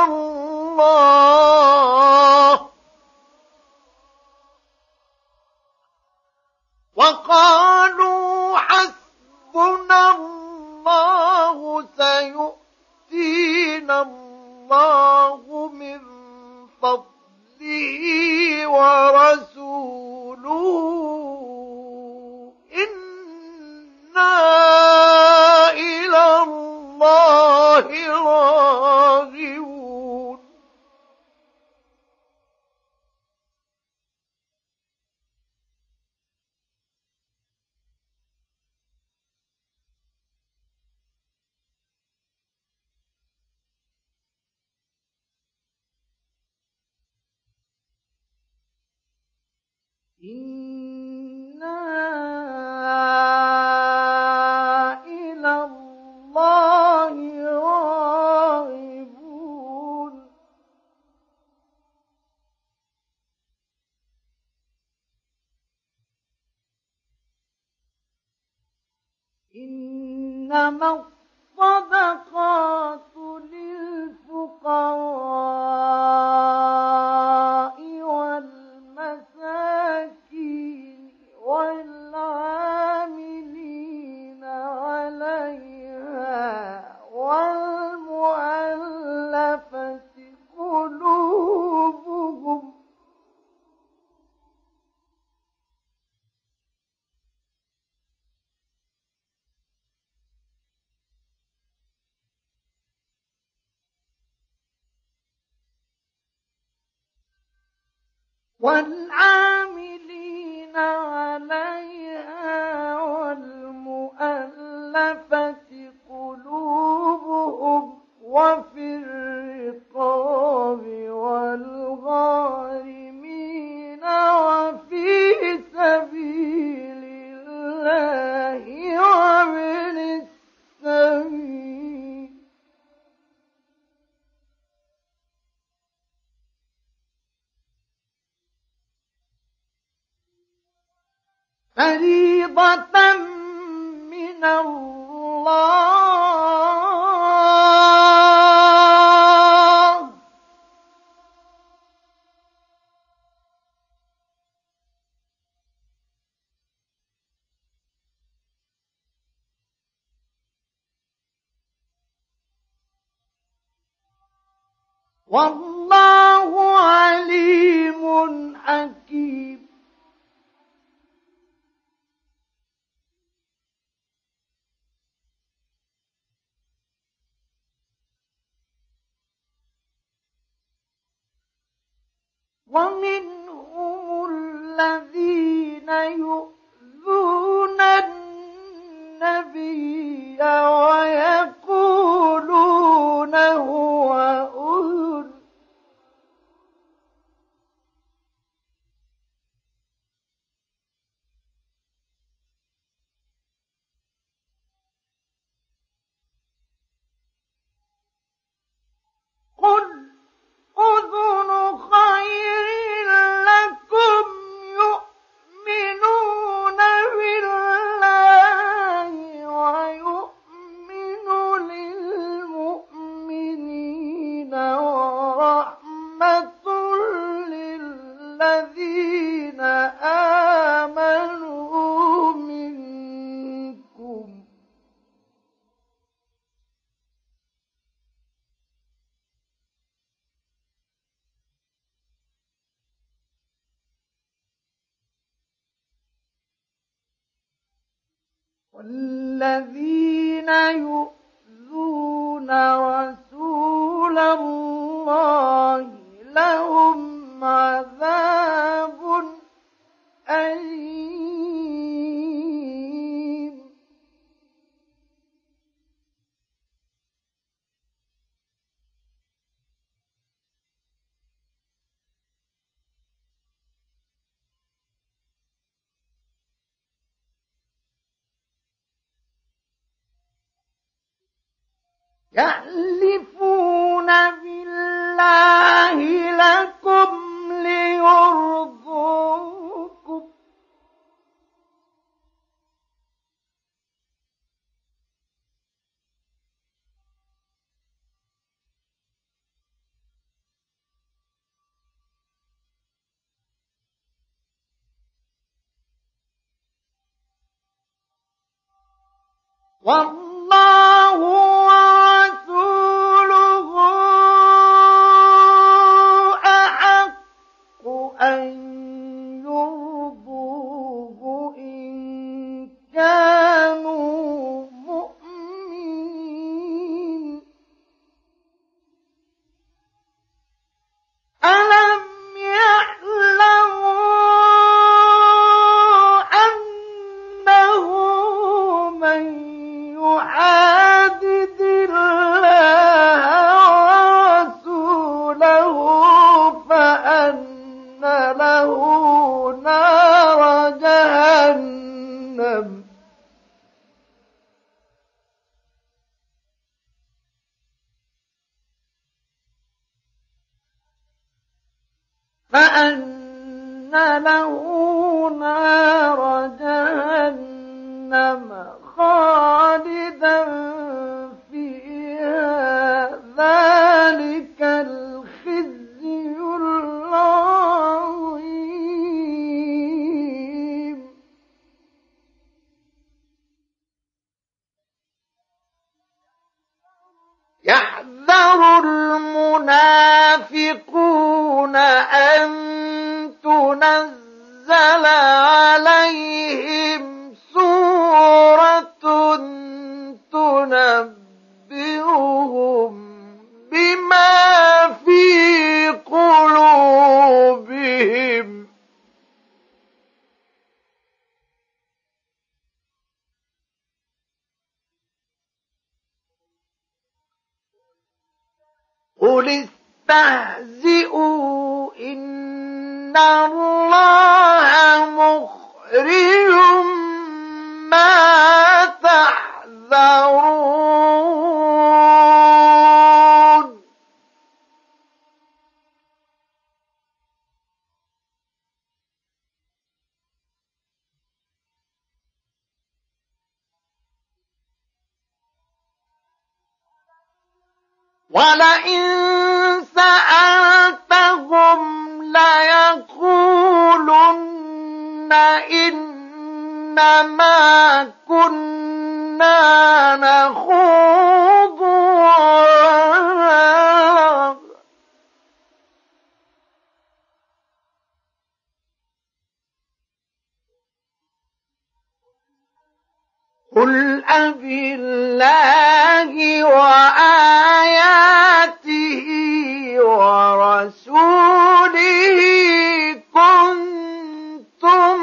الله وقالوا حسبنا الله سيؤتينا الله من فضله ورسوله إنا إلى الله راغبون إنا إلى الله راغبون إنما الصدقات للفقراء والمساكين والعاملين عليها والمؤلفة قلوبهم والعاملين عليها والمؤلفة قلوبهم وفي الرقاب والغارمين وفي سبيل الله وابن السبيل فريضة من الله والله عليم حكيم ومنهم الذين يؤذون والذين يؤذون رسول الله لهم عذاب أليم. يحلفون بالله لكم ليرضوكم والله ورسوله أحق أن يرضوه إن كانوا مؤمنين. ألم يعلموا أنه من يحادد الله ورسوله فأن له نار جهنم فأن له نار جهنم خالدا فيها ذلك الخزي العظيم. يحذر المنافقون أن تنزل عليهم سورة تنبئهم بما في قلوبهم قل استهزئوا إن الله مخرج ما تحذرون. ولئن سألتهم ليقولن إنما كنا نخوض ونلعب قل أبالله وآياته ورسوله كنتم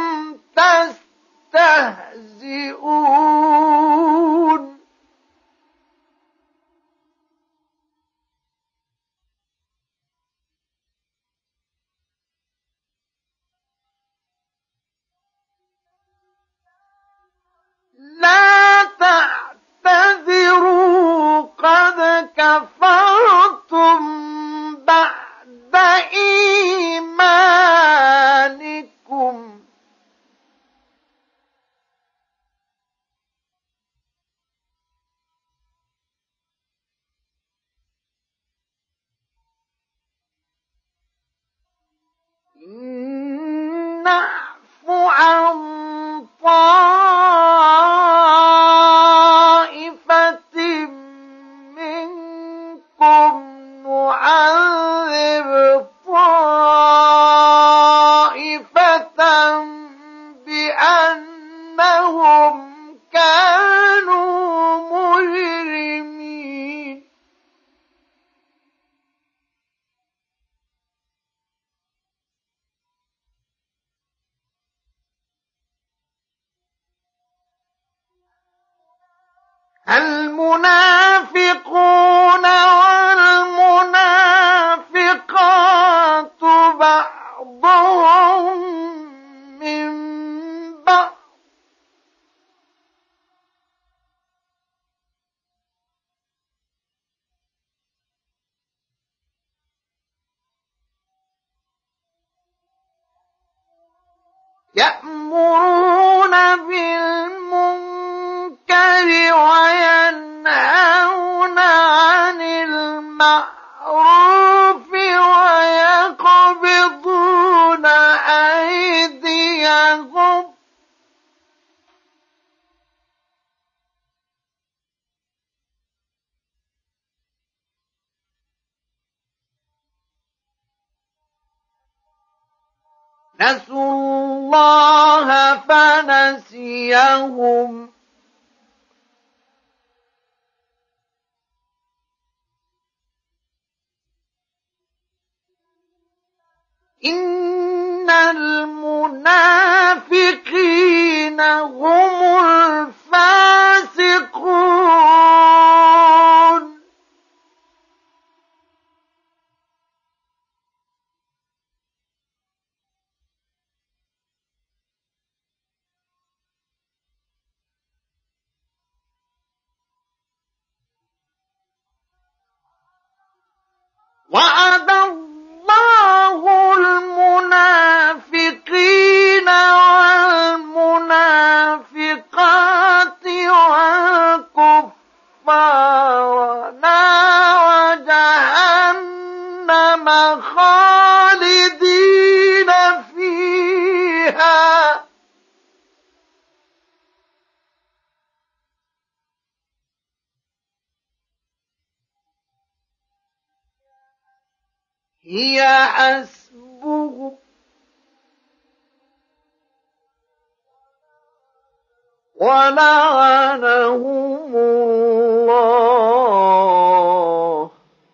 تستهزئون. لا تعتذروا قد كفرتم بعد إيمانكم إن نعفو عن طائفة منكم نعذب طائفة بأنهم كانوا المنافقون والمنافقات بعضهم من بعض يأمرون بالمنكر وينهون عن المعروف ويقبضون أيديهم نسوا الله فنسيهم إن المنافقين هم الفاسقون وعد الله المنافقين والمنافقات والكفار نار جهنم خالدين فيها هي حسبهم ولعنهم الله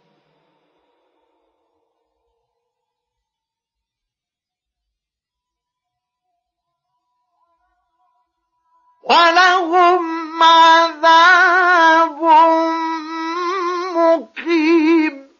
ولهم عذاب مقيم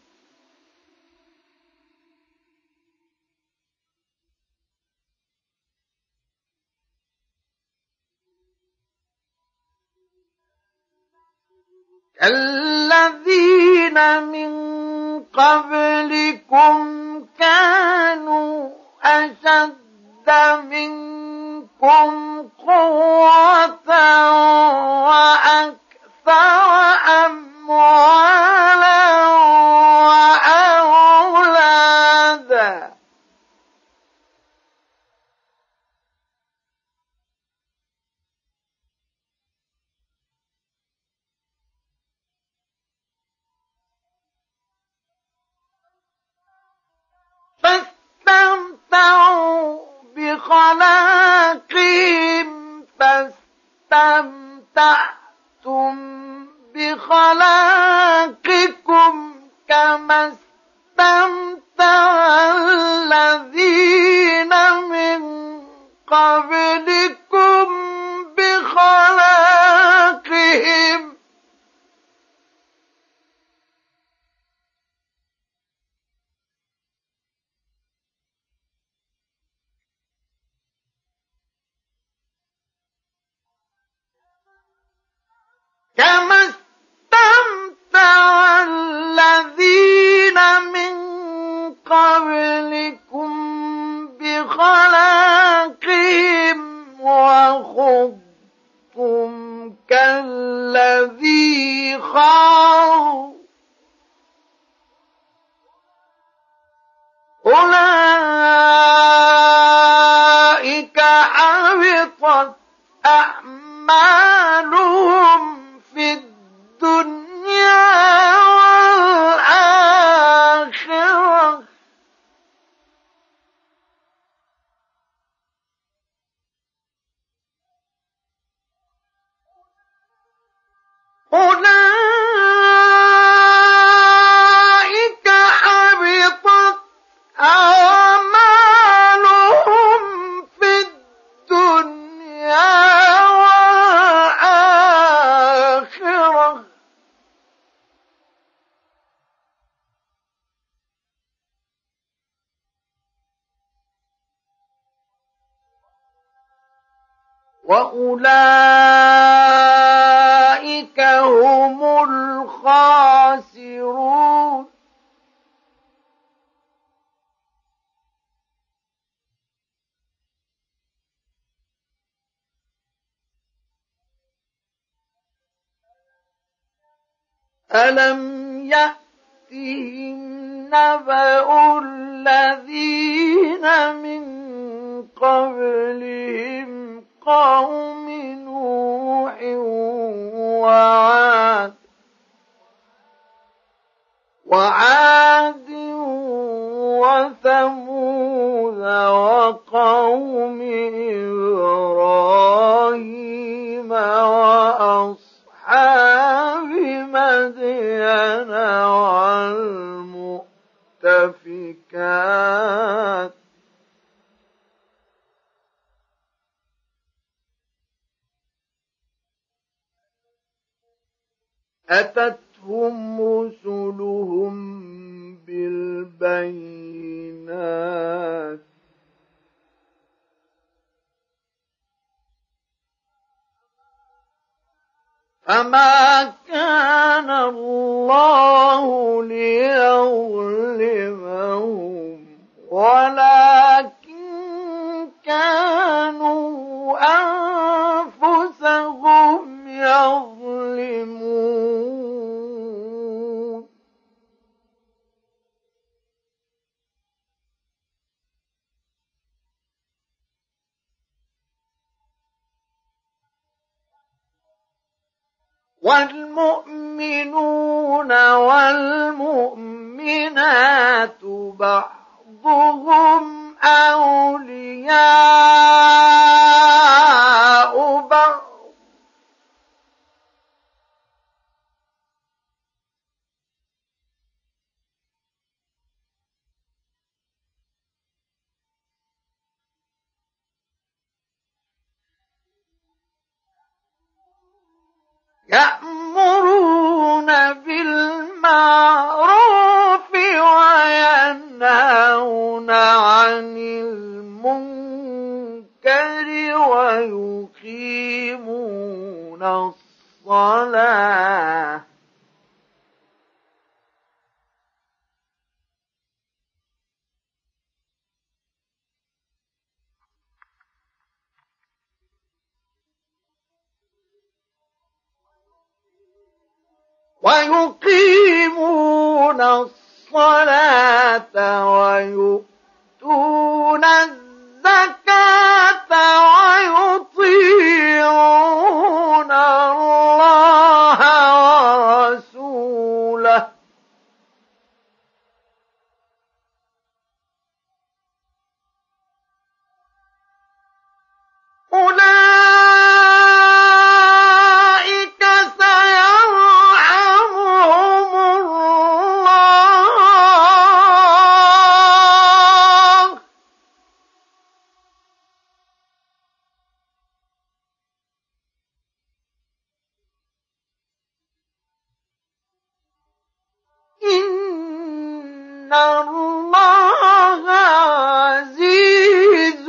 الذين من قبلكم كانوا أشد منكم قوة وأكثر أموالا وأولادا فاستمتعوا بخلاقهم فاستمتعتم بخلاقكم كما استمتع الذين من قبلكم بخلاقهم كما استمتع الذين من قبلكم بخلاقهم وخضتم كالذي خاضوا أولئك حبطت أعمالهم في الدنيا والآخرة أولئك حبطت أعمالهم وأولئك هم الخاسرون. ألم يأتهم نبأ الذين من قبلهم قوم نوح وعاد وعاد وثمود وقوم إبراهيم وأصحاب مدين والمؤتفكات أتتهم رسلهم بالبينات فما كان الله ليظلمهم ولكن كانوا أنفسهم يظلمون. والمؤمنون والمؤمنات بعضهم أولياء بعض يأمرون بالمعروف وينهون عن المنكر ويقيمون الصلاة ويقيمون الصلاة ويؤتون الزكاة ويطيعون الله ورسوله أولئك سيرحمهم الله إن الله عزيز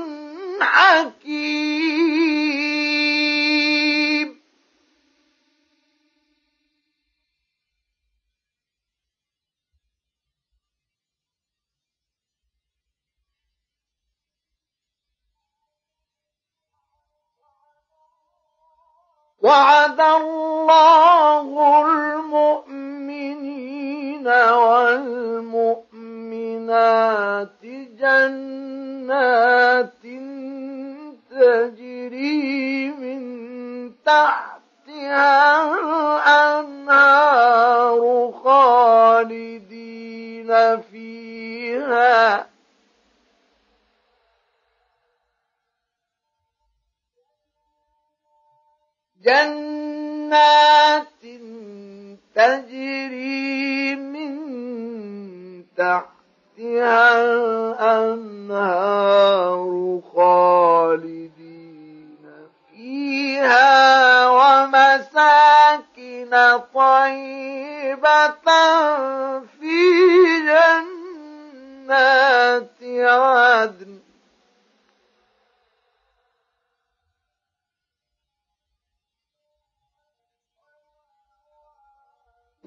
حكيم. وعد الله المؤمنين والمؤمنات جنات تجري من تحتها الأنهار خالدين فيها جنات تجري من تحتها الأنهار خالدين فيها ومساكن طيبة في جنات عدن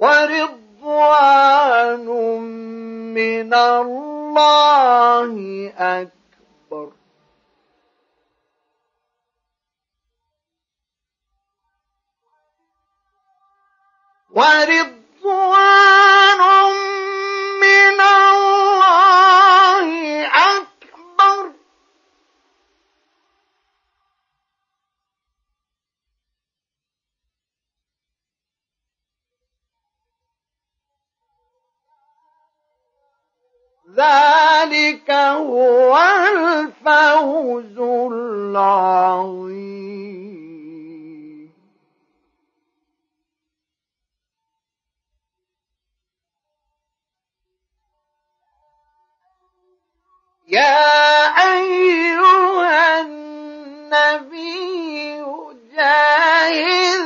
ورضوان من الله أكبر. ورضوان من الله أكبر. ذلك هو الفوز العظيم. يا أيها النبي جاهد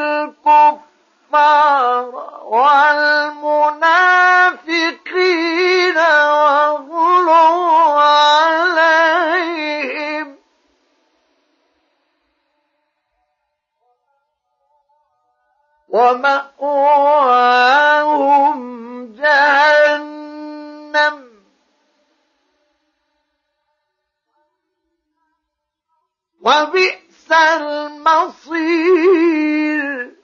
الكفار والمنافقين واغلظ عليهم ومأواهم جهنم وبئس المصير.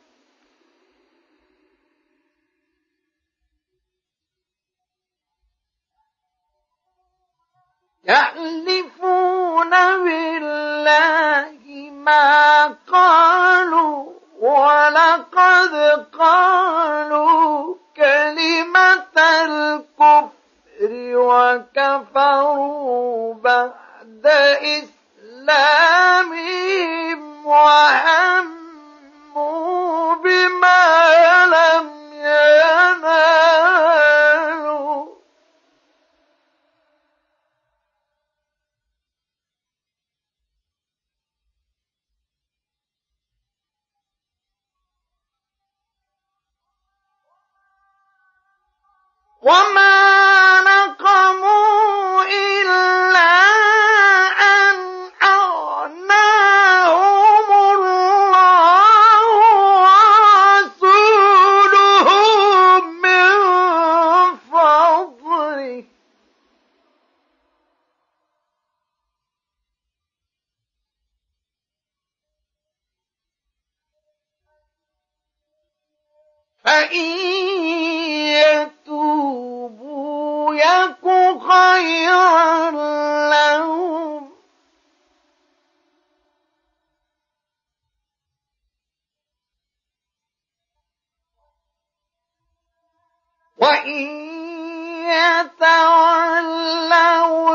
يحلفون بالله ما قالوا ولقد قالوا كلمة الكفر وكفروا بعد إسلامهم وهموا بما لم ينالوا وما نقموا إلا أن أغناهم الله ورسوله من فضله فإن يتوبوا يك خيرا لهم وإن يتولوا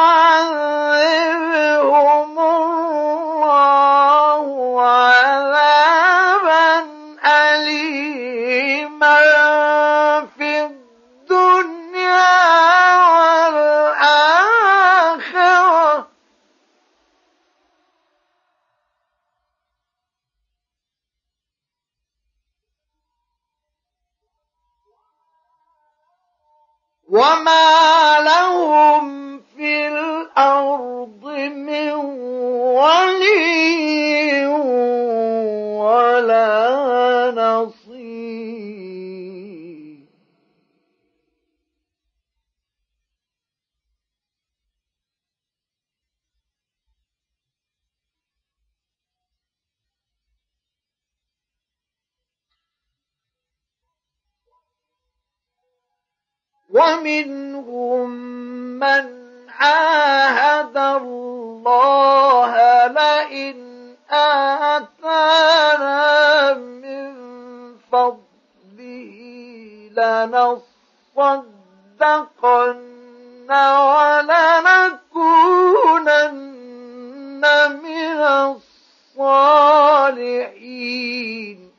يعذبهم الله عذابا أليما في الدنيا والآخرة وما لهم في الأرض من ولي ولا نصير. ومنهم من عاهد الله لئن آتانا من فضله لنصدقن ولنكونن من الصالحين.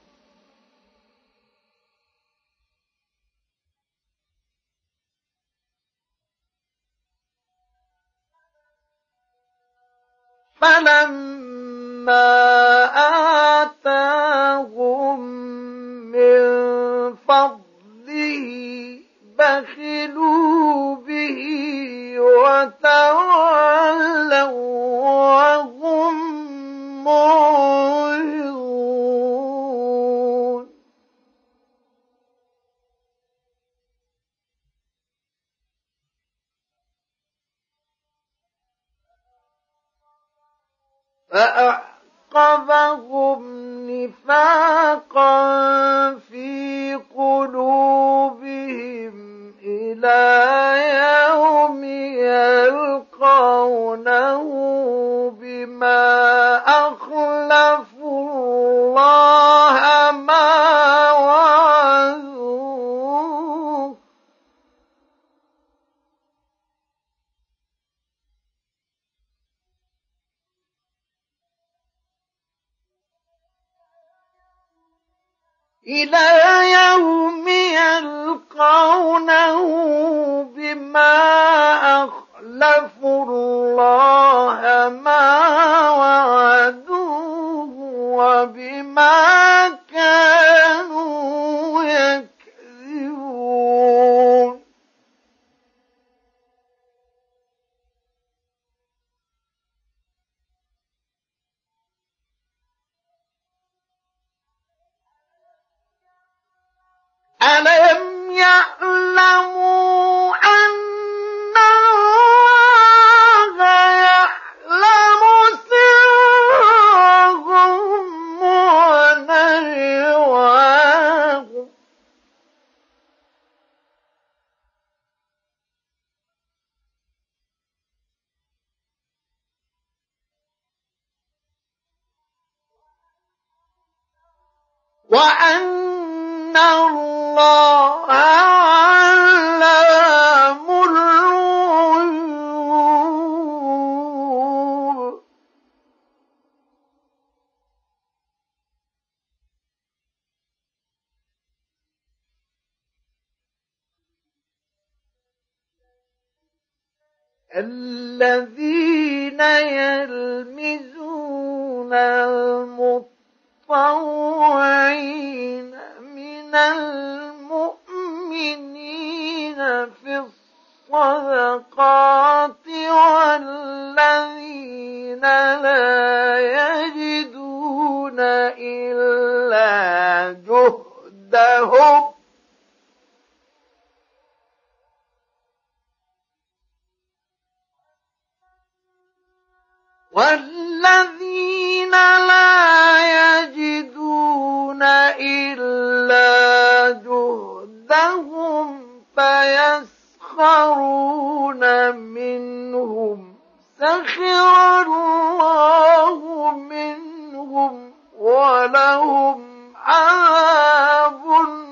فلما آتاهم من فضله بخلوا به وتولوا وهم معرضون. فأعقبهم نفاقا في قلوبهم إلى يوم يلقونه بما أخلفوا الله ما وعدوه إلى يوم يلقونه بما أخلفوا الله ما وعدوه وبما كانوا يكذبون ألم يعلموا أن الله يعلم سرهم ونجواهم وأن الله علام الغيوب الذين يلمزون المطوعين من المؤمنين في الصدقات والذين لا يجدون إلا جهدهم والذين لا يجدون إلا جهدهم فيسخرون منهم سخر الله منهم ولهم عذاب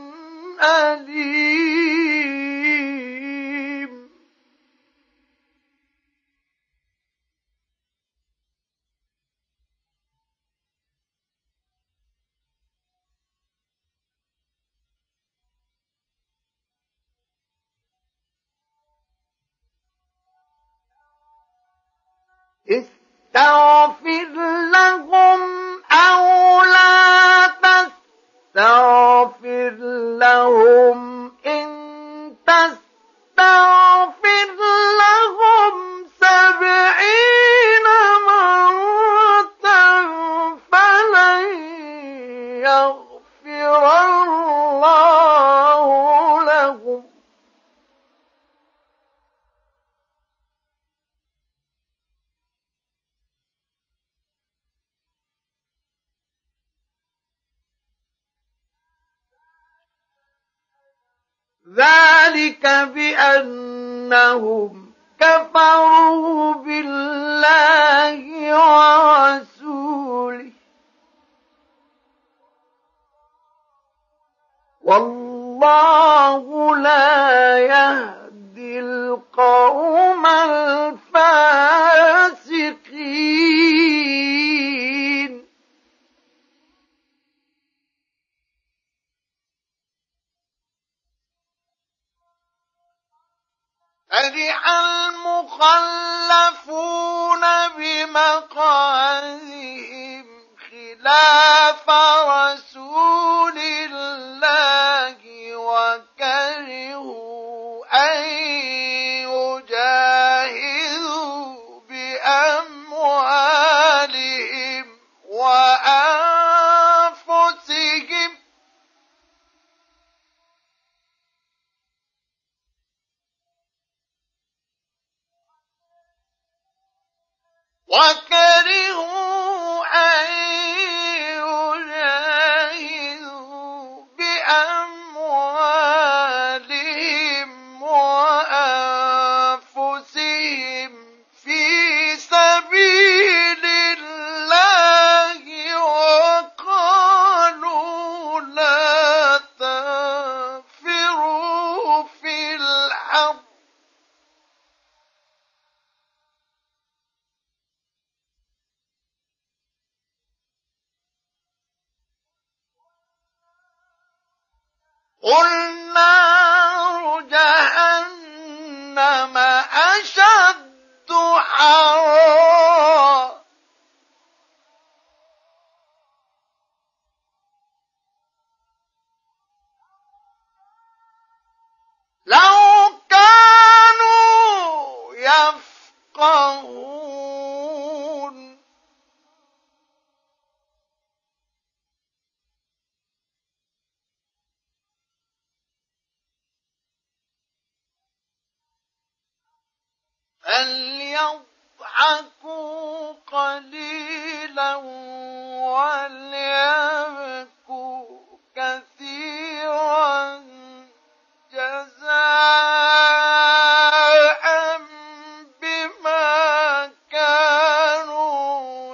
أليم استغفر لهم أو لا تستغفر لهم إن تستغفر لهم سبعين مرة فلن يغفر الله لهم ذلك بأنهم كفروا بالله ورسوله والله لا يهدي القوم الفاسقين فرح المخلفون بمقعدهم خلاف رسول الله وكرهوا أن يجاهدوا بأموالهم وأنفسهم وكرهوا قُلْ نَارُ جَهَنَّمَ أَشَدُّ حَرًّا لَوْ كَانُوا يَفْقَهُونَ فَلْيَضْحَكُوا قَلِيلًا وَلْيَبْكُوا كَثِيرًا جَزَاءً بِمَا كَانُوا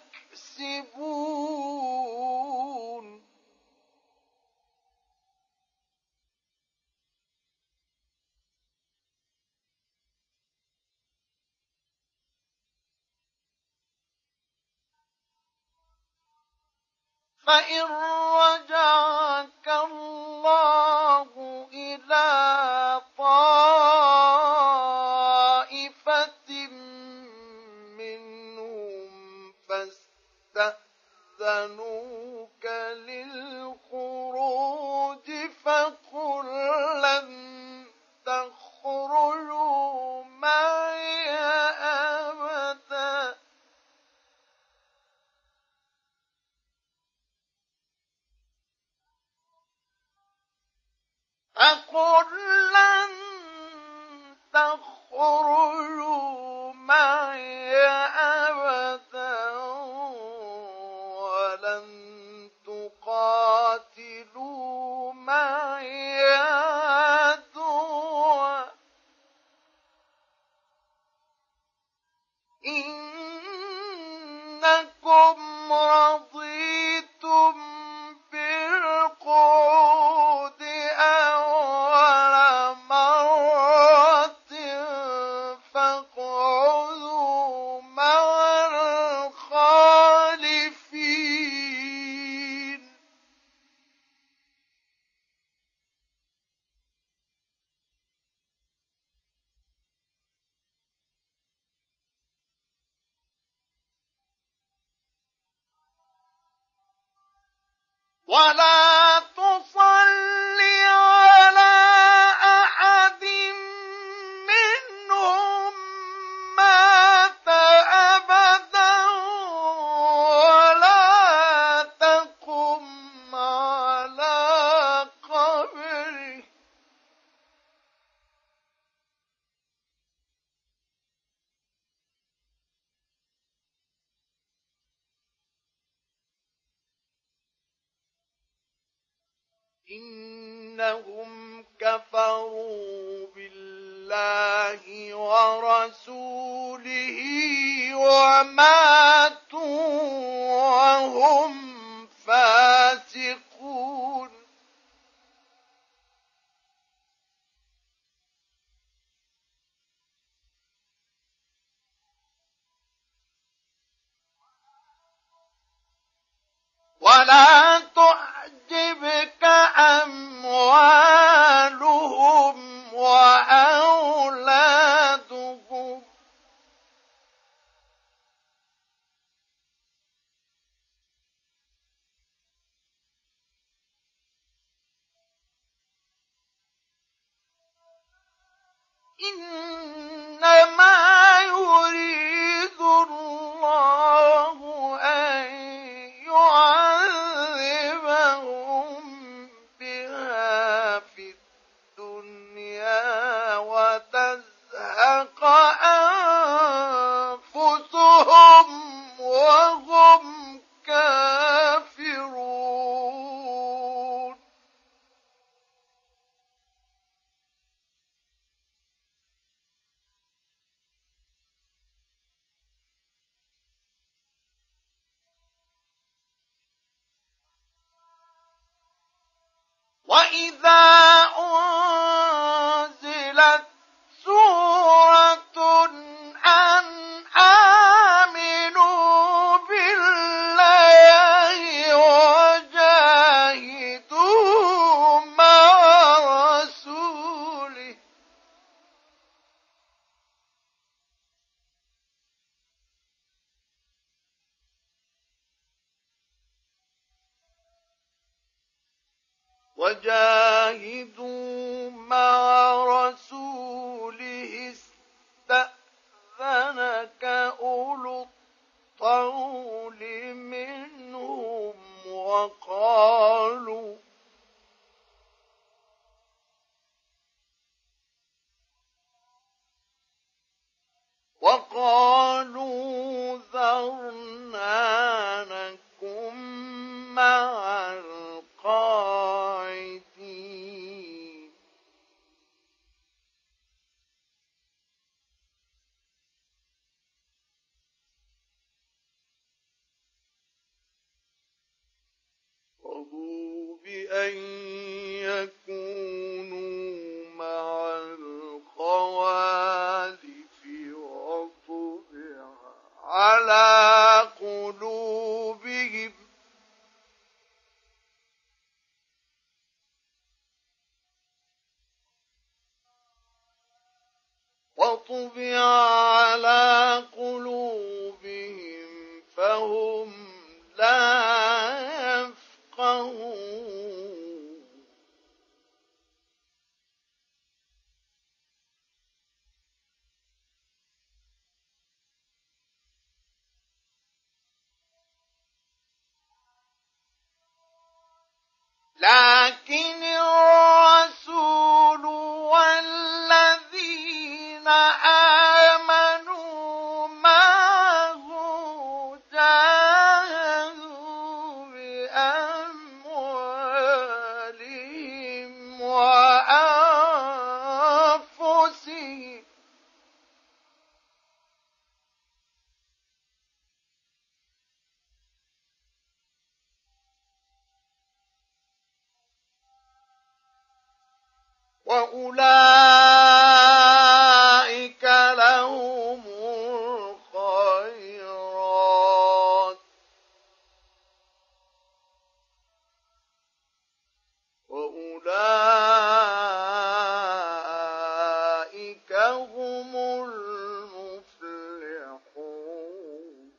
يَكْسِبُونَ فَإِن رَّجَعَكَ اللَّهُ إِلَىٰ طَائِفَةٍ مِّنْهُمْ فَاسْتَأْذَنُوكَ لِلْخُرُوجِ فَقُل لَّن تَخْرُجُوا مَعِيَ أَبَدًا فَقُل لَّن تَخْرُجُوا مَعِيَ أَبَدًا وَلَن تُقَاتِلُوا مَعِيَ عَدُوًّا ۖ إِنَّكُمْ رَضِيتُم بِالْقُعُودِ أَوَّلَ مَرَّةٍ فَاقْعُدُوا مَعَ الْخَالِفِينَ وَلَا تُصَلِّ عَلَىٰ أَحَدٍ مِّنْهُم مَّاتَ أَبَدًا وَلَا تَقُمْ عَلَىٰ قَبْرِهِ ۖ إِنَّهُمْ كَفَرُوا بِاللَّهِ وَرَسُولِهِ وَمَاتُوا وَهُمْ فَاسِقُونَ وَلَا تُعْجِبْكَ أَمْوَالُهُمْ وَأَوْلَادُهُمْ ۚ إِنَّمَا يُرِيدُ اللَّهُ أَن يُعَذِّبَهُم بِهَا فِي الدُّنْيَا وَتَزْهَقَ أَنفُسُهُمْ وَهُمْ كَافِرُونَ وَإِذَا أُنزِلَتْ سُورَةٌ أَنْ آمِنُوا بِاللَّهِ وَجَاهِدُوا مَعَ وجاهدوا مع رسوله استأذنك أولو الطول منهم وقالوا وقالوا ذرنا نكن مع القاعدين رضوا بأن يكونوا مع الخوالف وطبع على قلوبهم وطبع على قلوبهم فهم لا يفقهون لكن الرسول والذين آمنوا معه جاهدوا بأموالهم وأنفسهم وأولئك لهم الخيرات وأولئك هم المفلحون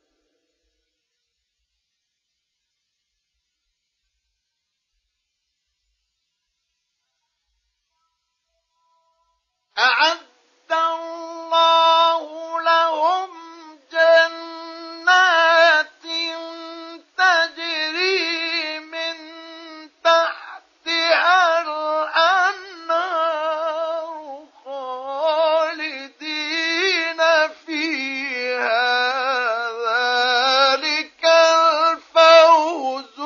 أعد الله لهم جنات تجري من تحتها الأنهار خالدين فيها ذلك الفوز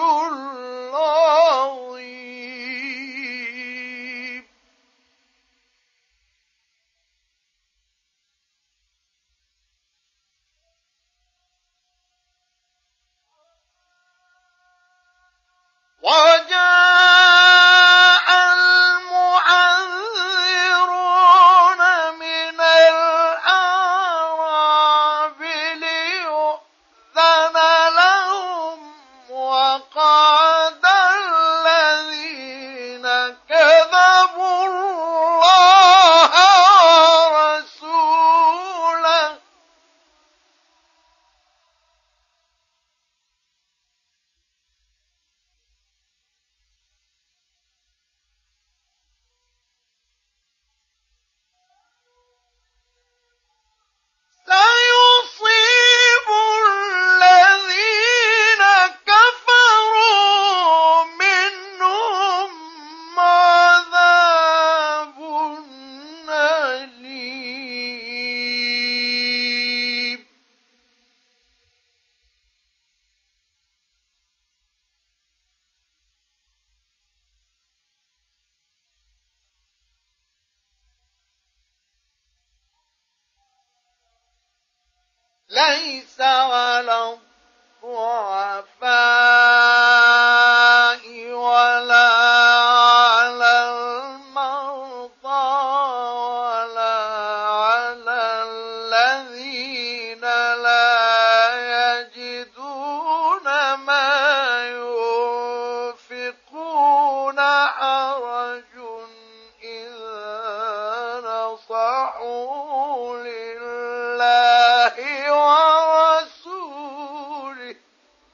العظيم وجاء المعذرون من الأعراب ليؤذن لهم وقعد الذين كذبوا الله ورسوله سيصيب الذين كفروا منهم عذاب أليم ليس على الضعفاء ولا على المرضى ولا على الذين لا يجدون ما ينفقون حرج إذا نصحوا لله ورسوله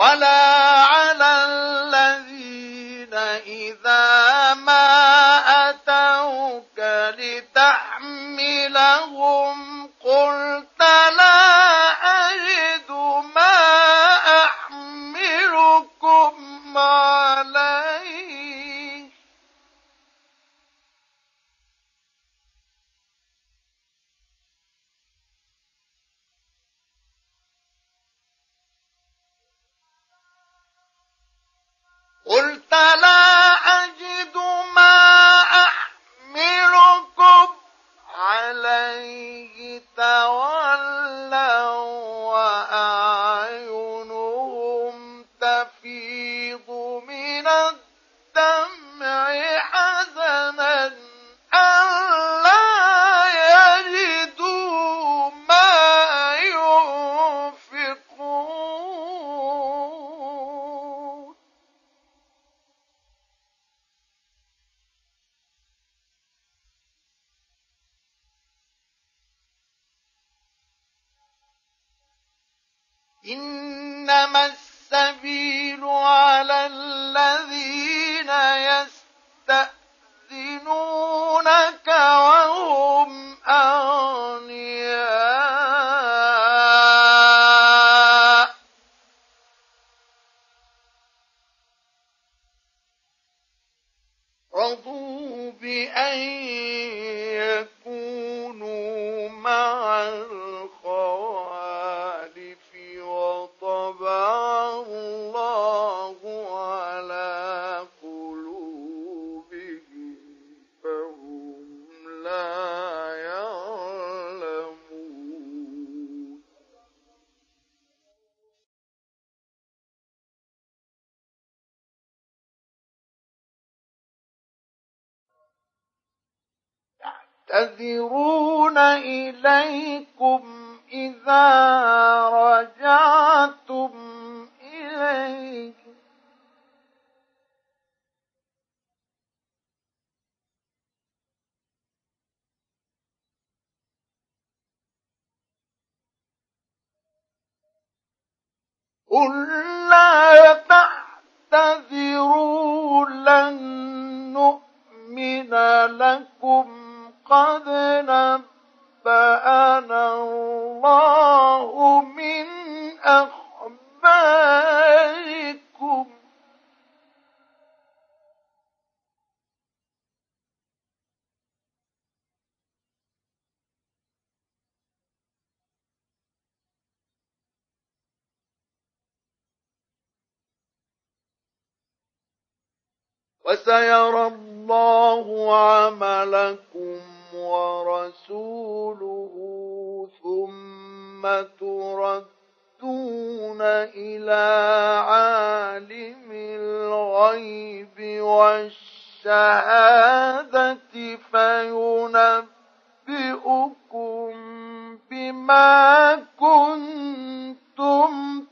ولا على الذين إذا ما أتوك لتحملهم قلت لا أجد ما أحملكم عليه قلت لا أجد ما أحملكم عليه تولوا وأعينهم تفيض من الدمع حزنا ألا يجدوا ما ينفقون إنما السبيل على الذين يستأذنونك وهم أغنياء رضوا بأن يكونوا مع الخوالف وطبع الله على قلوبهم فهم لا يعلمون يعتذرون إليكم إذا رجعتم إليهم قل لا تعتذروا لن نؤمن لكم قد نبأنا الله من أخباركم وسيرى الله عملكم ورسوله ثم تردون إلى عالم الغيب والشهادة فينبئكم بما كنتم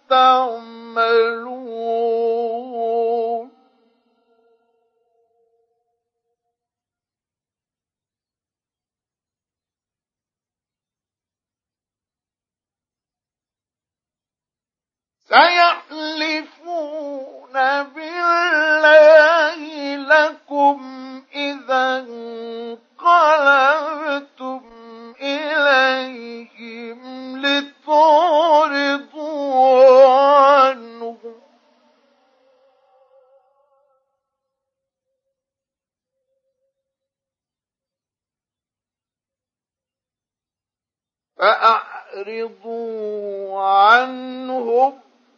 تعملون سيحلفون بالله لكم إذا انقلبتم إليهم لتعرضوا عنهم فأعرضوا عنهم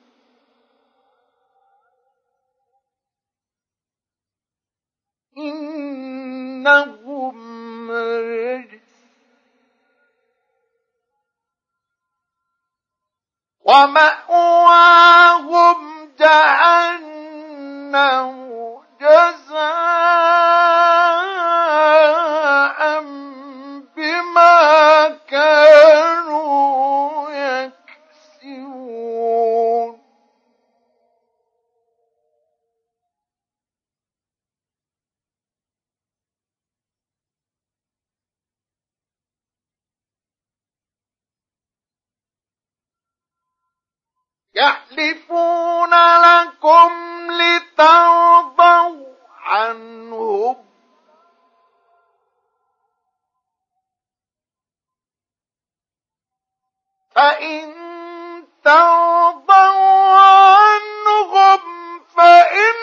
إنهم رجس ومأواهم جهنم جزاء بما كانوا يكسبون يحلفون لكم لترضوا عنهم فإن ترضوا عنهم فإن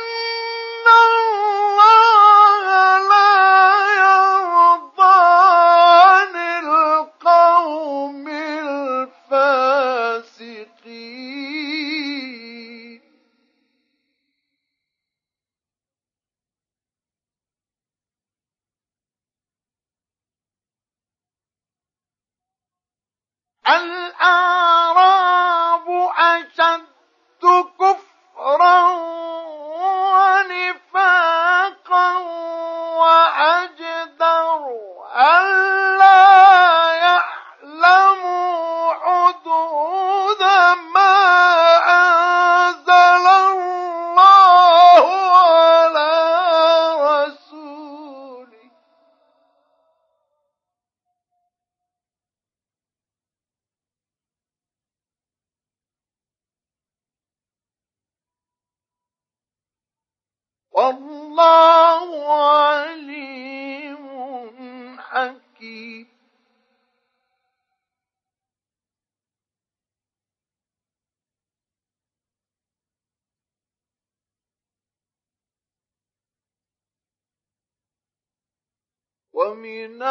الله لا يرضى عن القوم الفاسقين. الأعراب أشد كفرا ونفاقا وأجدر ألا يعلموا حدود ما أنزل الله على رسوله. والله عليم حكيم. ومن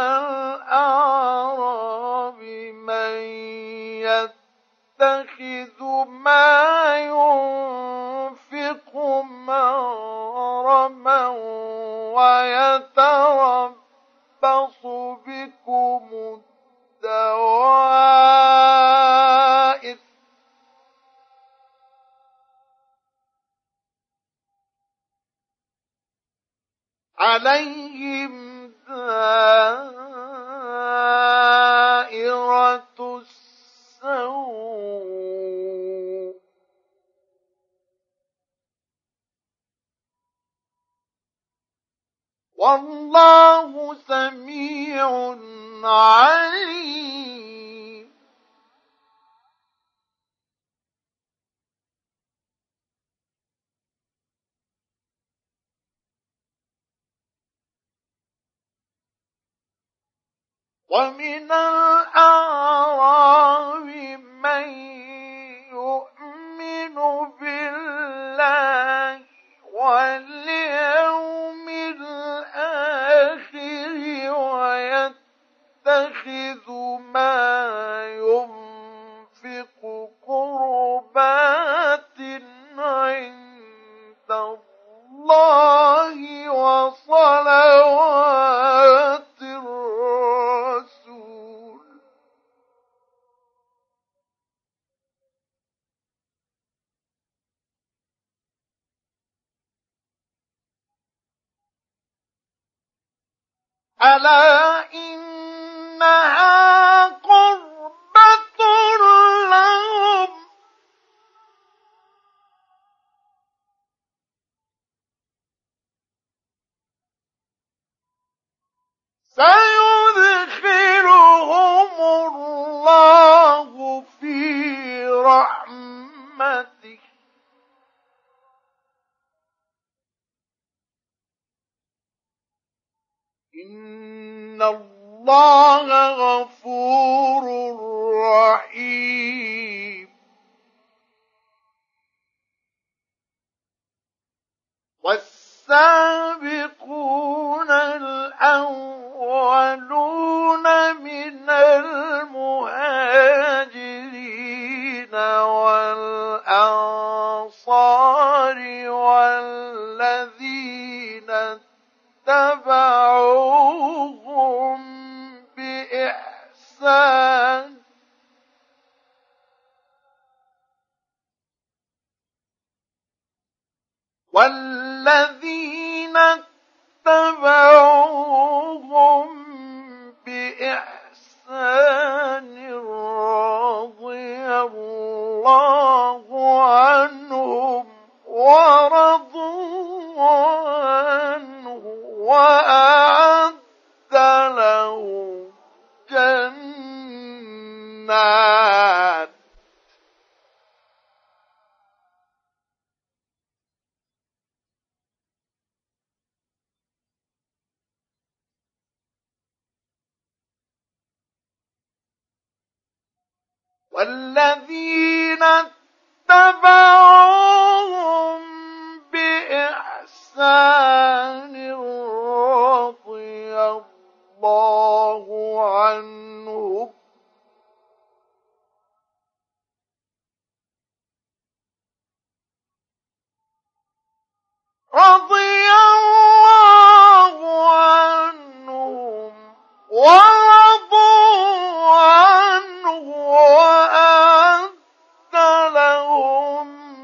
الأعراب من يتخذ ما ينفق مغرما ويتربص بكم الدوائر عليهم دائرة السوء والله سميع عليم. ومن الأعراب من يؤمن بالله واليوم الآخر ويتخذ ما ينفق قربات عند الله وصلوات الرسول. ألا إنها قربة لهم سيدخلهم الله في رحمته إن الله غفور رحيم. والسابقون الأولون من المهاجرين والأنصار والذين اتبعوهم بإحسان والذين اتبعوهم بإحسان رضي الله عنهم ورضوا عنه وأعد لهم جنات والذين اتبعوهم بإحسان رضي الله عنهم رضي الله عنهم ورضوا عنه وأعد لهم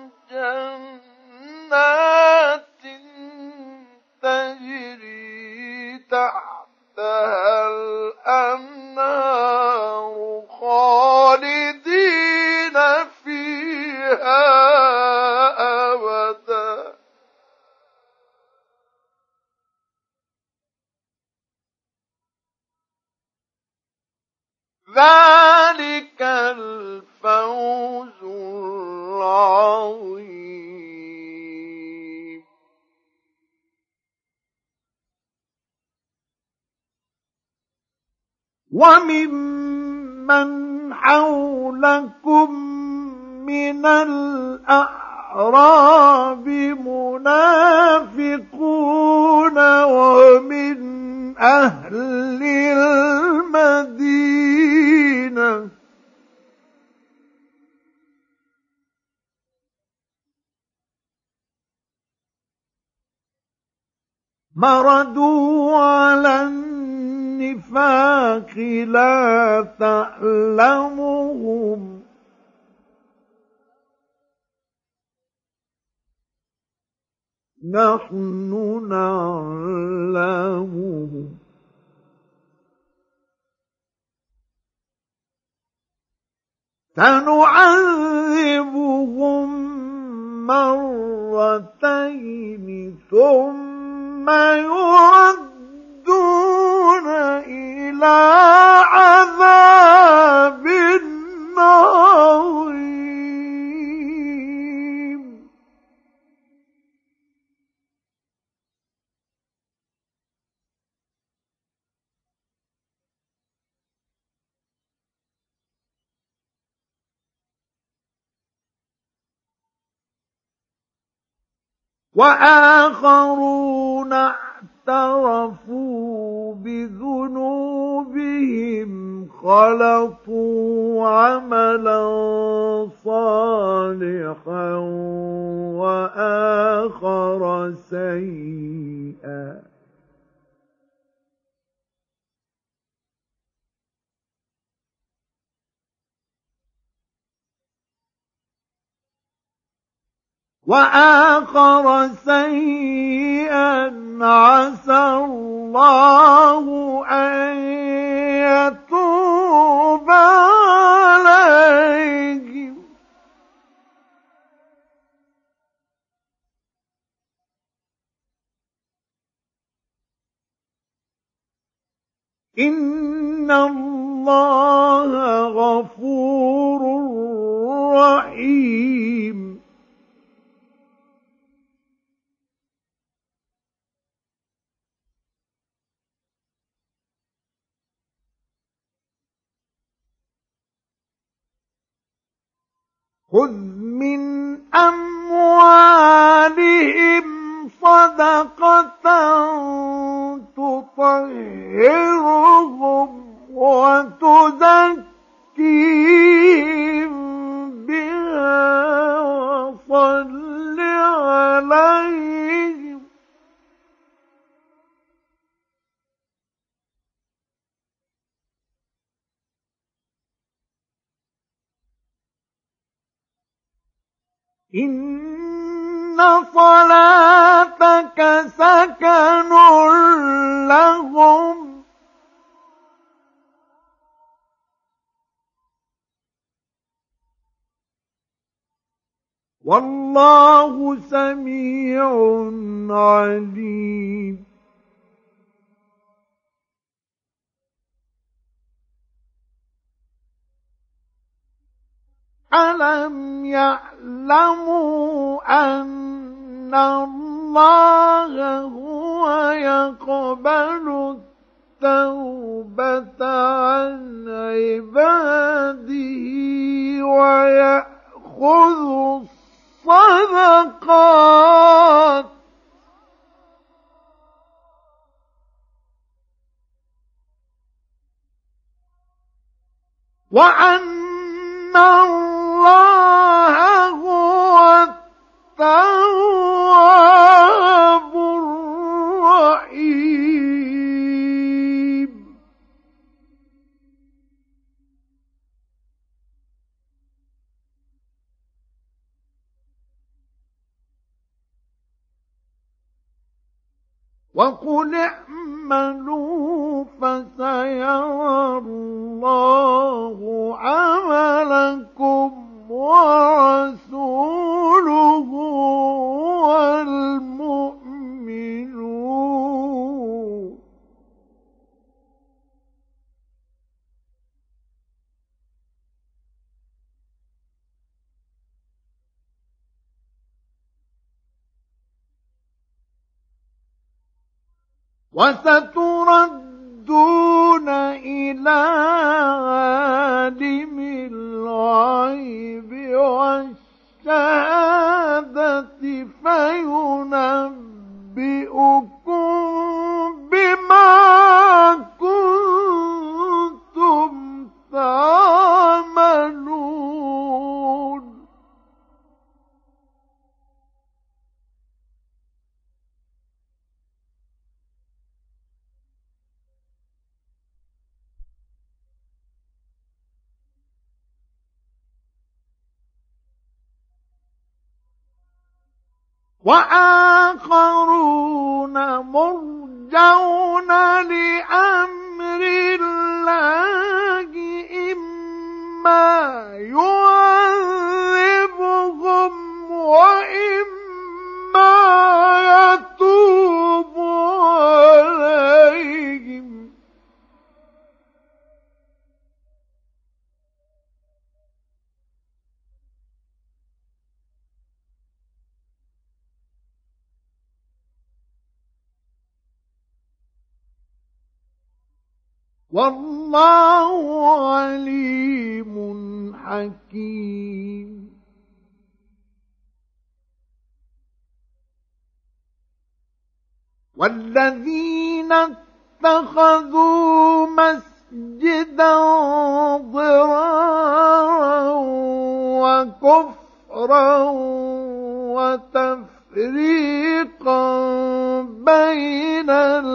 جنات تجري تحتها الأنهار خالدين فيها أبدا ذلك الفوز العظيم. وممن حولكم من الأعراب منافقون ومن أهل المدينة مردوا على النفاق لا تعلمهم نحن نعلمهم سنعذبهم مرتين ثم يردون إلى عذاب عظيم. وآخرون اعترفوا بذنوبهم خلطوا عملا صالحا وآخر سيئا وآخر سيئا عسى الله أن يتوب عليهم إن الله غفور رحيم. خذ من أموالهم صدقة تطهرهم وتزكيهم بها وصل عليهم إن صلاتك سكن لهم والله سميع عليم. ألم يعلموا أن الله هو يقبل التوبة عن عباده ويأخذ الصدقات وأن الله هو التواب الرحيم. وقل اعملوا فسيرى الله عملكم ورسوله والمؤمنون. وستردون إلى عالم الغيب والشهادة فينبئكم بما كنتم تعملون. وآخرون مرجون لأمر الله إما يعذبهم وإما يتوب عليهم. والله عليم حكيم. والذين اتخذوا مسجدا ضرارا وكفرا وتفريقا بين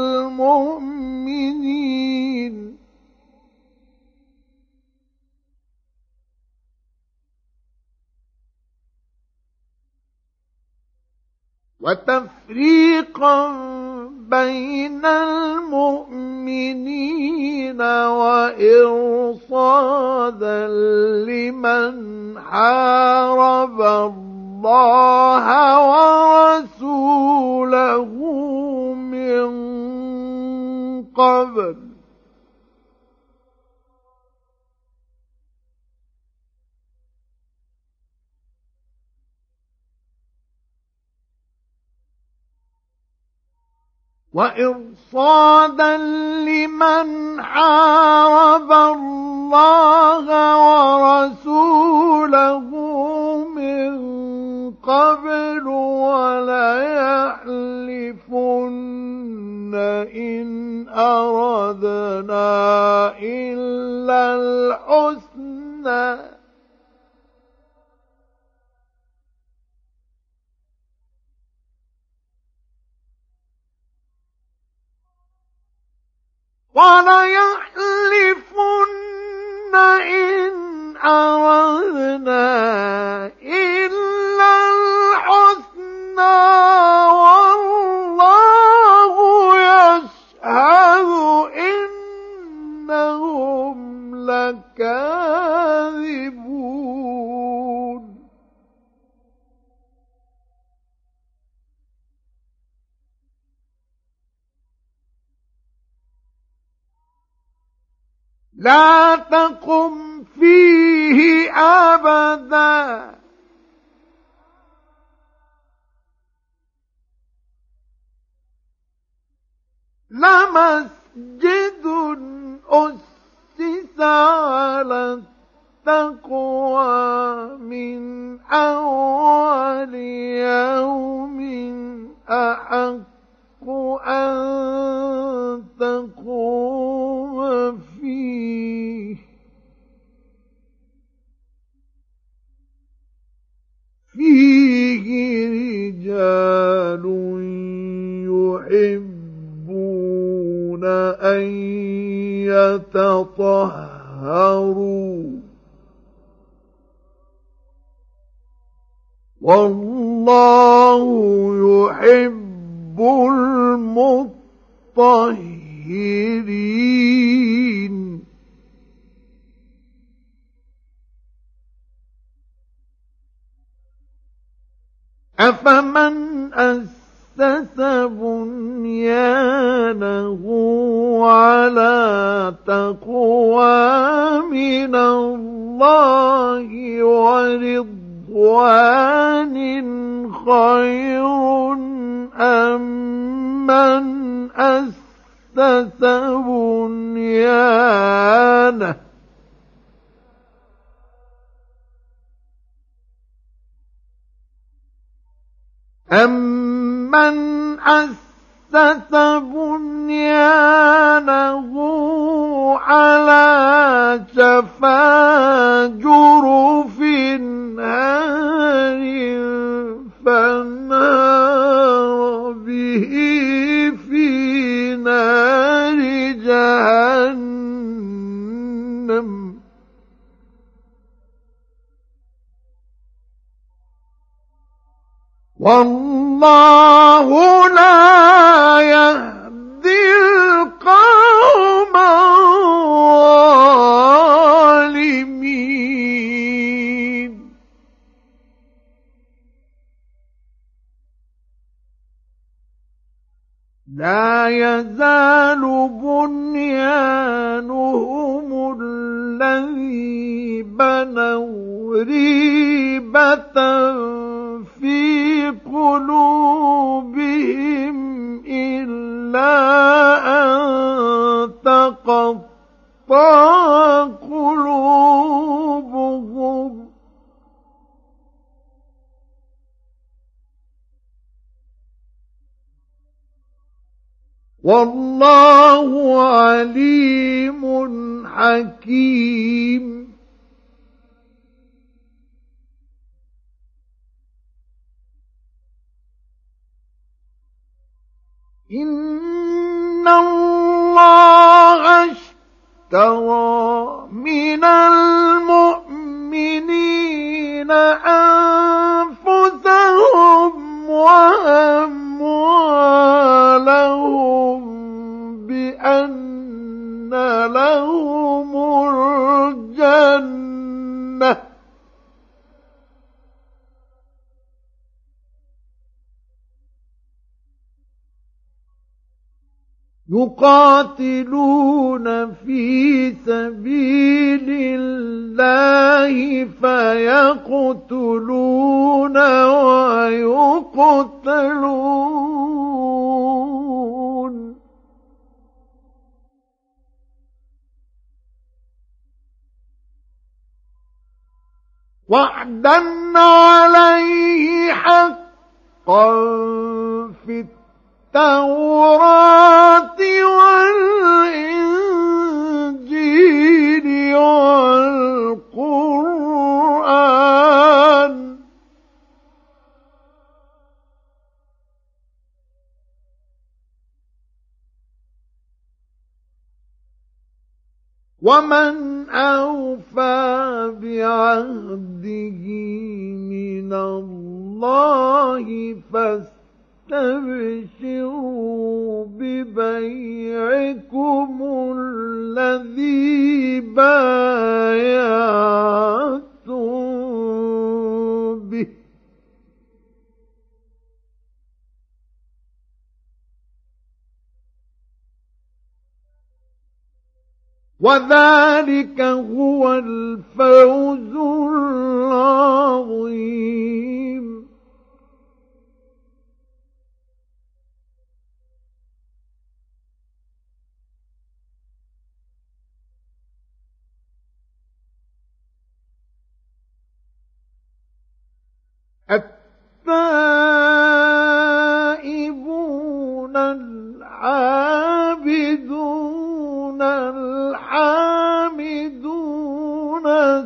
المؤمنين وتفريقا بين المؤمنين وإرصادا لمن حارب الله ورسوله من قبل وإرصادا لمن حارب الله ورسوله من قبل وليحلفن إن أردنا إلا الحسنى وليحلفن إن أردنا إلا الحسنى والله يشهد إنهم لكاذبون. لا تقم فيه أبدا لمسجد أسس على التقوى من أول يوم أحق أن تقوم فيه فيه رجال يحبون أن يتطهروا والله يحب المطهرين أفمن أسس بنيانه على تقوى من الله ورضوان خير أم من أسس بنيانه أَمَّنْ أَسَّسَ بُنْيَانَهُ عَلَى شَفَا جُرُفٍ هَارٍ فَانْهَارَ بِهِ فِي نَارِ جَهَنَّمَ والله لا يهدي القوم الظالمين لا يزال بنيانهم الذي بنوا ريبة في قلوبهم إلا أن تقطع قلوبهم والله عليم حكيم إن الله اشترى من المؤمنين أنفسهم وأموالهم بأن لهم الجنة يقاتلون في سبيل الله فيقتلون ويقتلون وعدا عليه حقا في التوراة والإنجيل والقرآن ومن أوفى بعهده من الله فاستبشروا استبشروا ببيعكم الذي بايعتم به وذلك هو الفوز العظيم التائبون العابدون الحامدون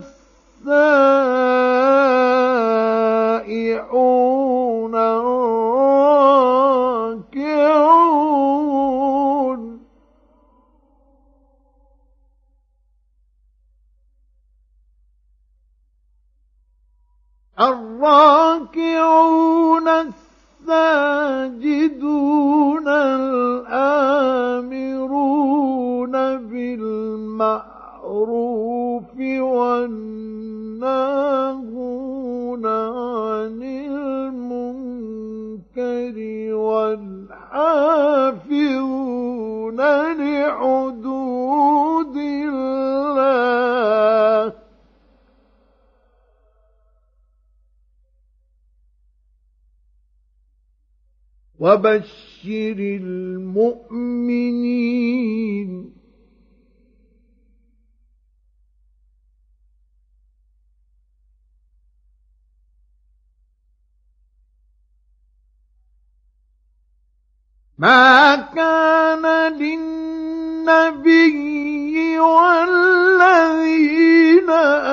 السائحون الراكعون الراكعون الساجدون الآمرون بالمعروف والناهون عن المنكر والحافظون لحدود الله وبشر المؤمنين ما كان للنبي والذين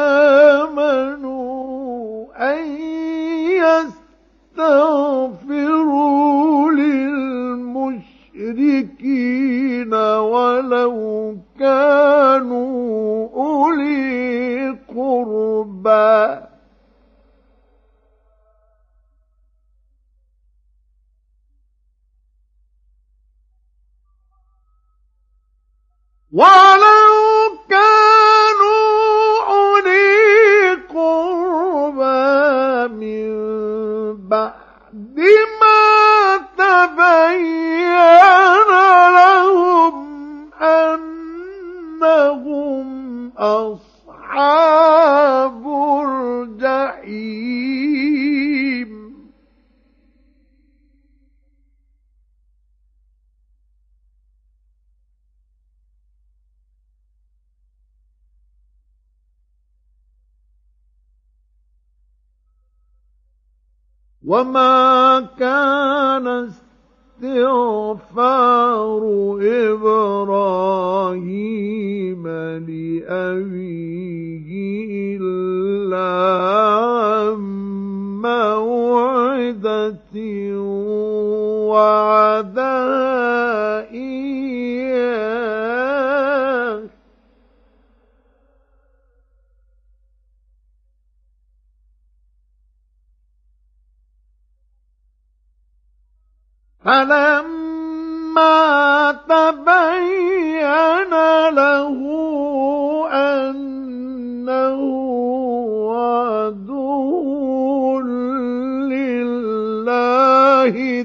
آمنوا أن يستغفروا للمشركين ولو كانوا أولي قربى ولو كانوا أولي قربى من بعد ما تبين لهم أنهم أصحاب الجحيم وما كان استغفار إبراهيم لأبيه إلا عن موعدة وعدها إياه فلما تبين له أنه عدو لله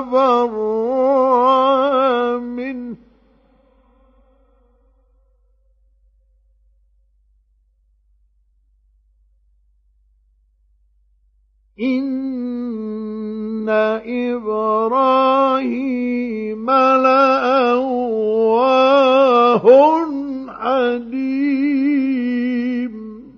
تبرأ منه إن إبراهيم لأواه حليم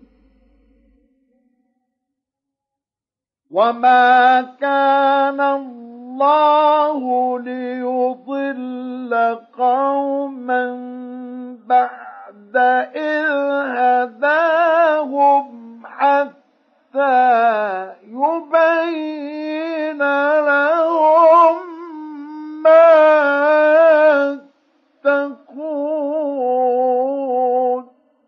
وما كان الله ليضل قوما بعد إذ هداهم حتى يبين لهم ما يتقون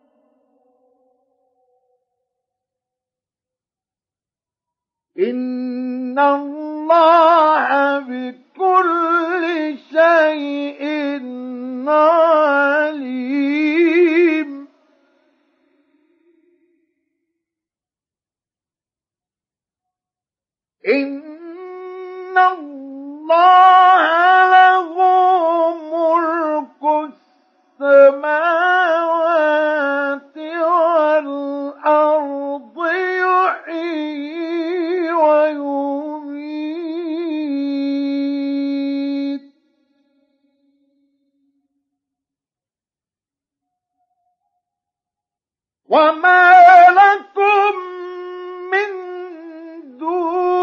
إن الله بكل شيء عليم إن الله له ملك السماوات والأرض يحيي ويميت وما لكم من دون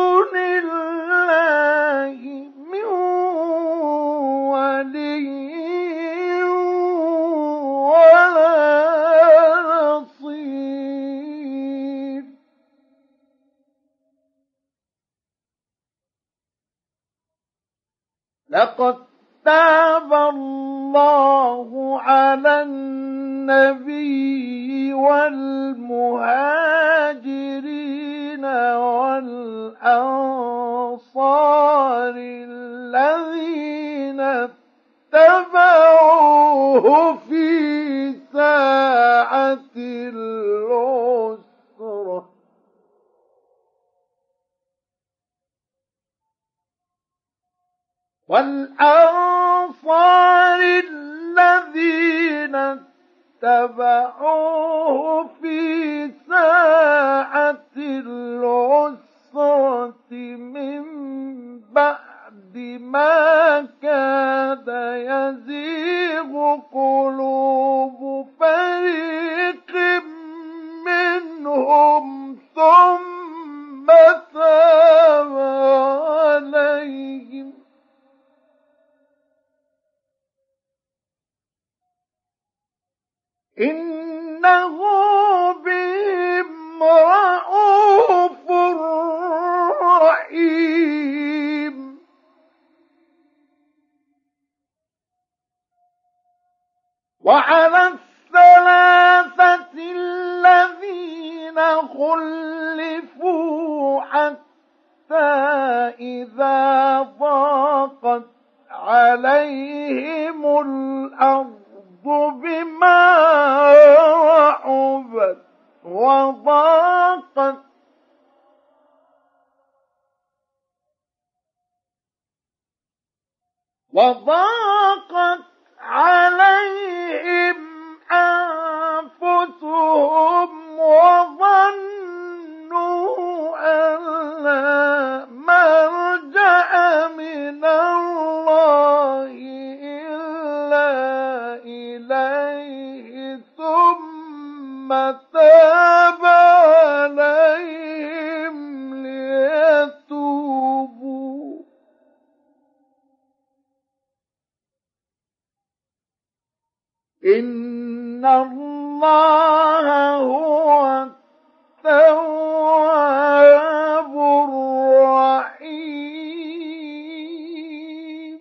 تاب الله على النبي والمهاجرين والأنصار الذين اتبعوه في ساعة العسرة والأنصار الذين اتبعوه في ساعة العسرة من بعد ما كاد يزيغ قلوب فريق منهم ثم تاب عليهم إنه بهم رءوف رحيم. وعلى الثلاثة الذين خلفوا حتى إذا ضاقت عليهم الأرض بما رحبت وضاقت وضاقت عليهم أنفسهم وظنوا أن لا ملجأ من الله إلا إليه ثم تاب عليهم ليتوبوا إن الله هو التواب الرحيم.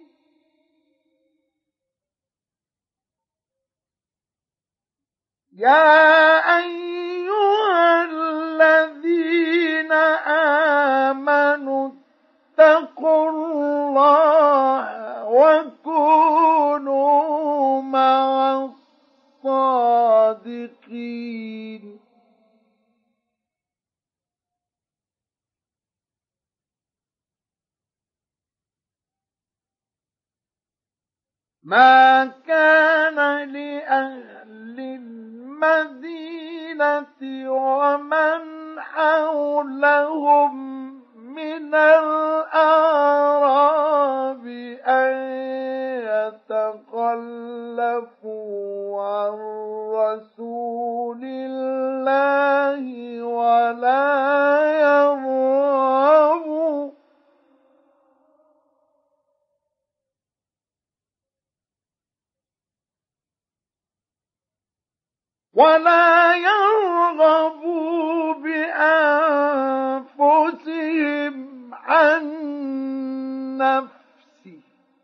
يا أيها الذين آمنوا اتقوا الله وكونوا مع الصادقين. ما كان لأهل المدينة ومن حولهم من الأعراب أن يتخلفوا عن رسول الله ولا يرغبوا ولا يرغبوا بأنفسهم عن نفسه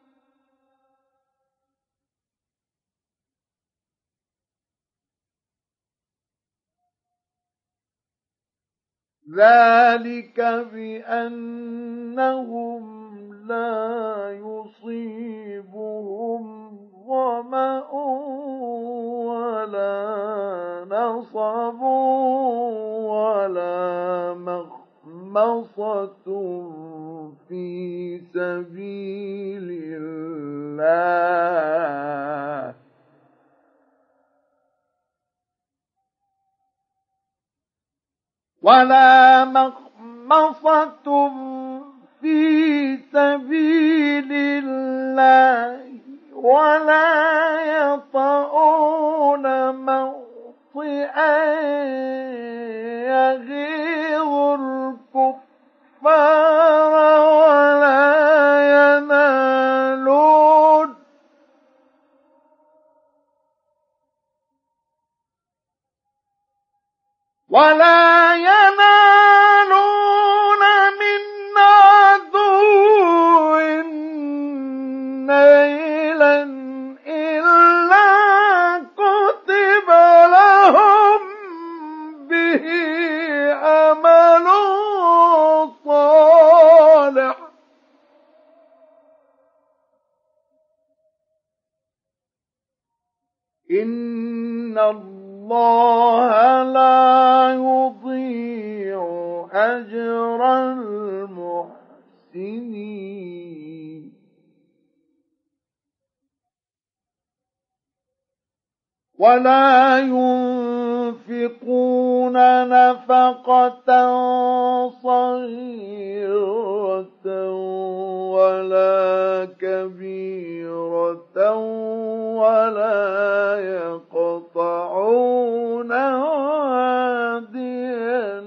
ذلك بأنهم لا يصيبهم ظمأ ولا نصب ولا مخمصة في سبيل الله ولا مخمصة في سبيل الله ولا يطؤون موطئا يغيظ الكفار ولا ينالون ولا ينالون من عدو نيل عملا إلا كتب لهم به عمل صالح إن الله لا يضيع أجر المحسنين ولا ينفقون نفقة صغيرة ولا كبيرة ولا يقطعون واديا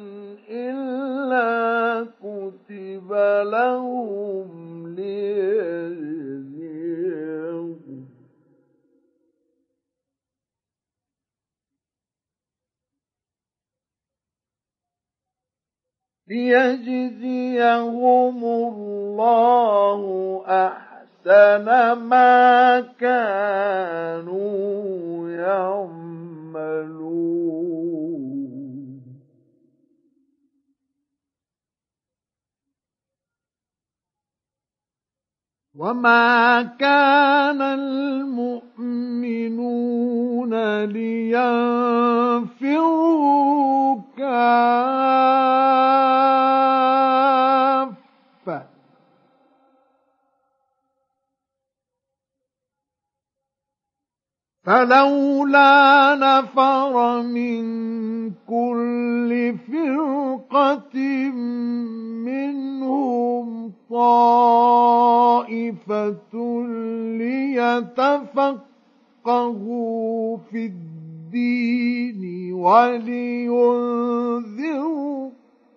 إلا كتب لهم ليجزيهم ليجزيهم الله أحسن ما كانوا يعملون وما كان المؤمنون لينفروا كافة فلولا نفر من كل فرقة منهم طائفة ليتفقهوا في الدين ولينذروا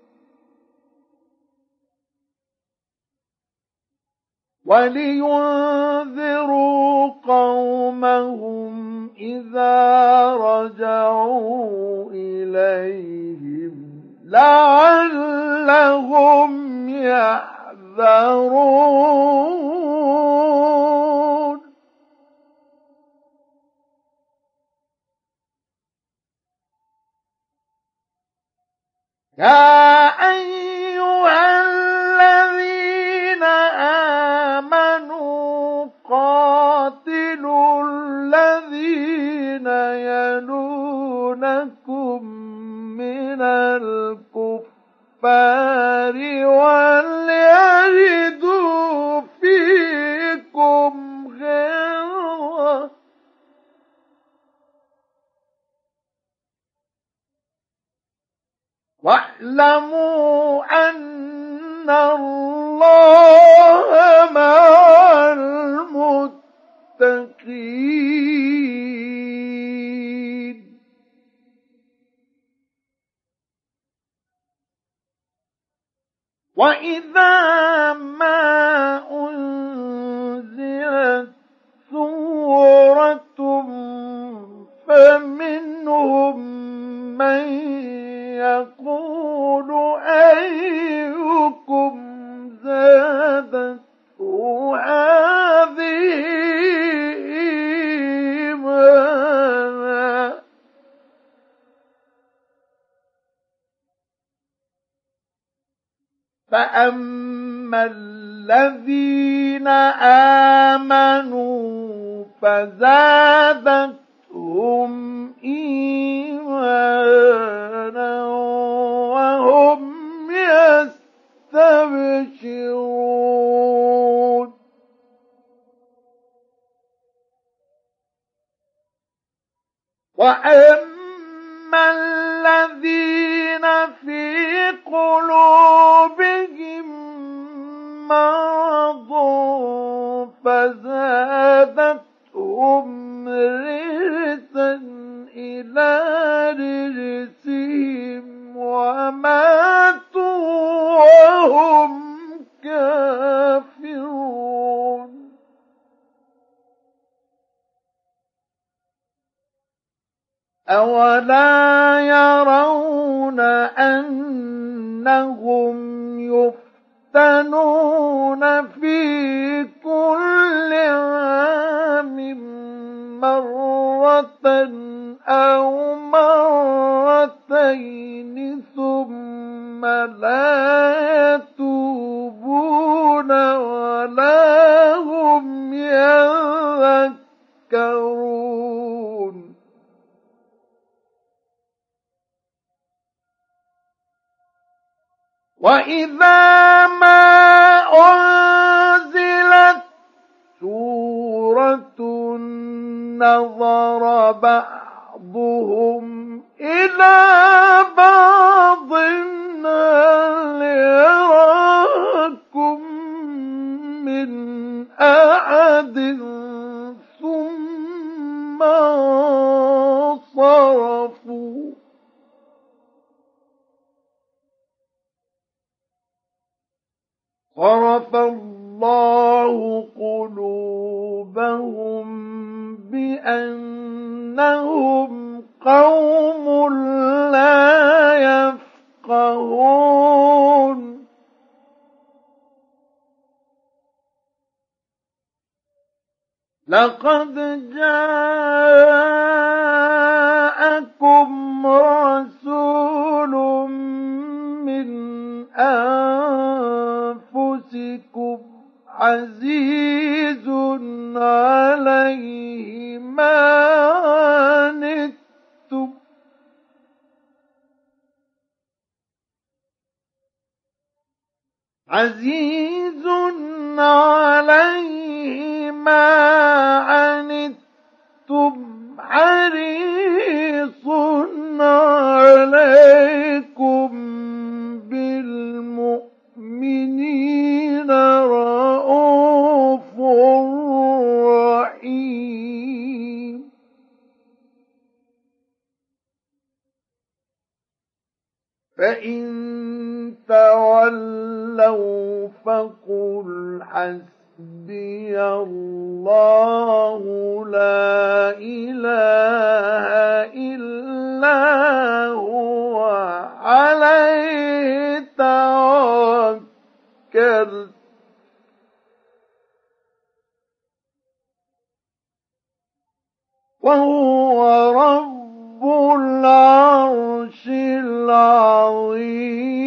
ولينذروا قومهم إذا رجعوا إليهم لعلهم يحذرون يا أيها الذين آمنوا قاتلوا الذين يلونكم من الكفار وليجدوا فيكم غلظة واعلموا أن الله مع المتقين وإذا ما أنزلت سورة فمنهم من يقول أيكم زادته هذه إيمانا فأما الذين آمنوا فزادتهم إيمانا وهم يستبشرون وأما الذين في قلوبهم مرض فزادتهم رجسا إلى رجسهم وماتوا وهم كافرون أولا يرون أنهم يفتنون في كل عام أو مرتين ثم لا يتوبون ولا هم يذكرون وإذا ما أنزلت سورة نظر بعضهم إلى بعض هل يراكم من أحد ثم انصرفوا صرف الله قلوبهم بأنهم قوم لا يفقهون لقد جاءكم رسول من أنفسكم عزيز عليه ما عنتم عزيز عليه ما عنتم حريص عليكم بالمؤمنين رءوف رحيم فإن تولوا فقل حسبي الله لا إله إلا هو عليه توكلت وهو رب العرش العظيم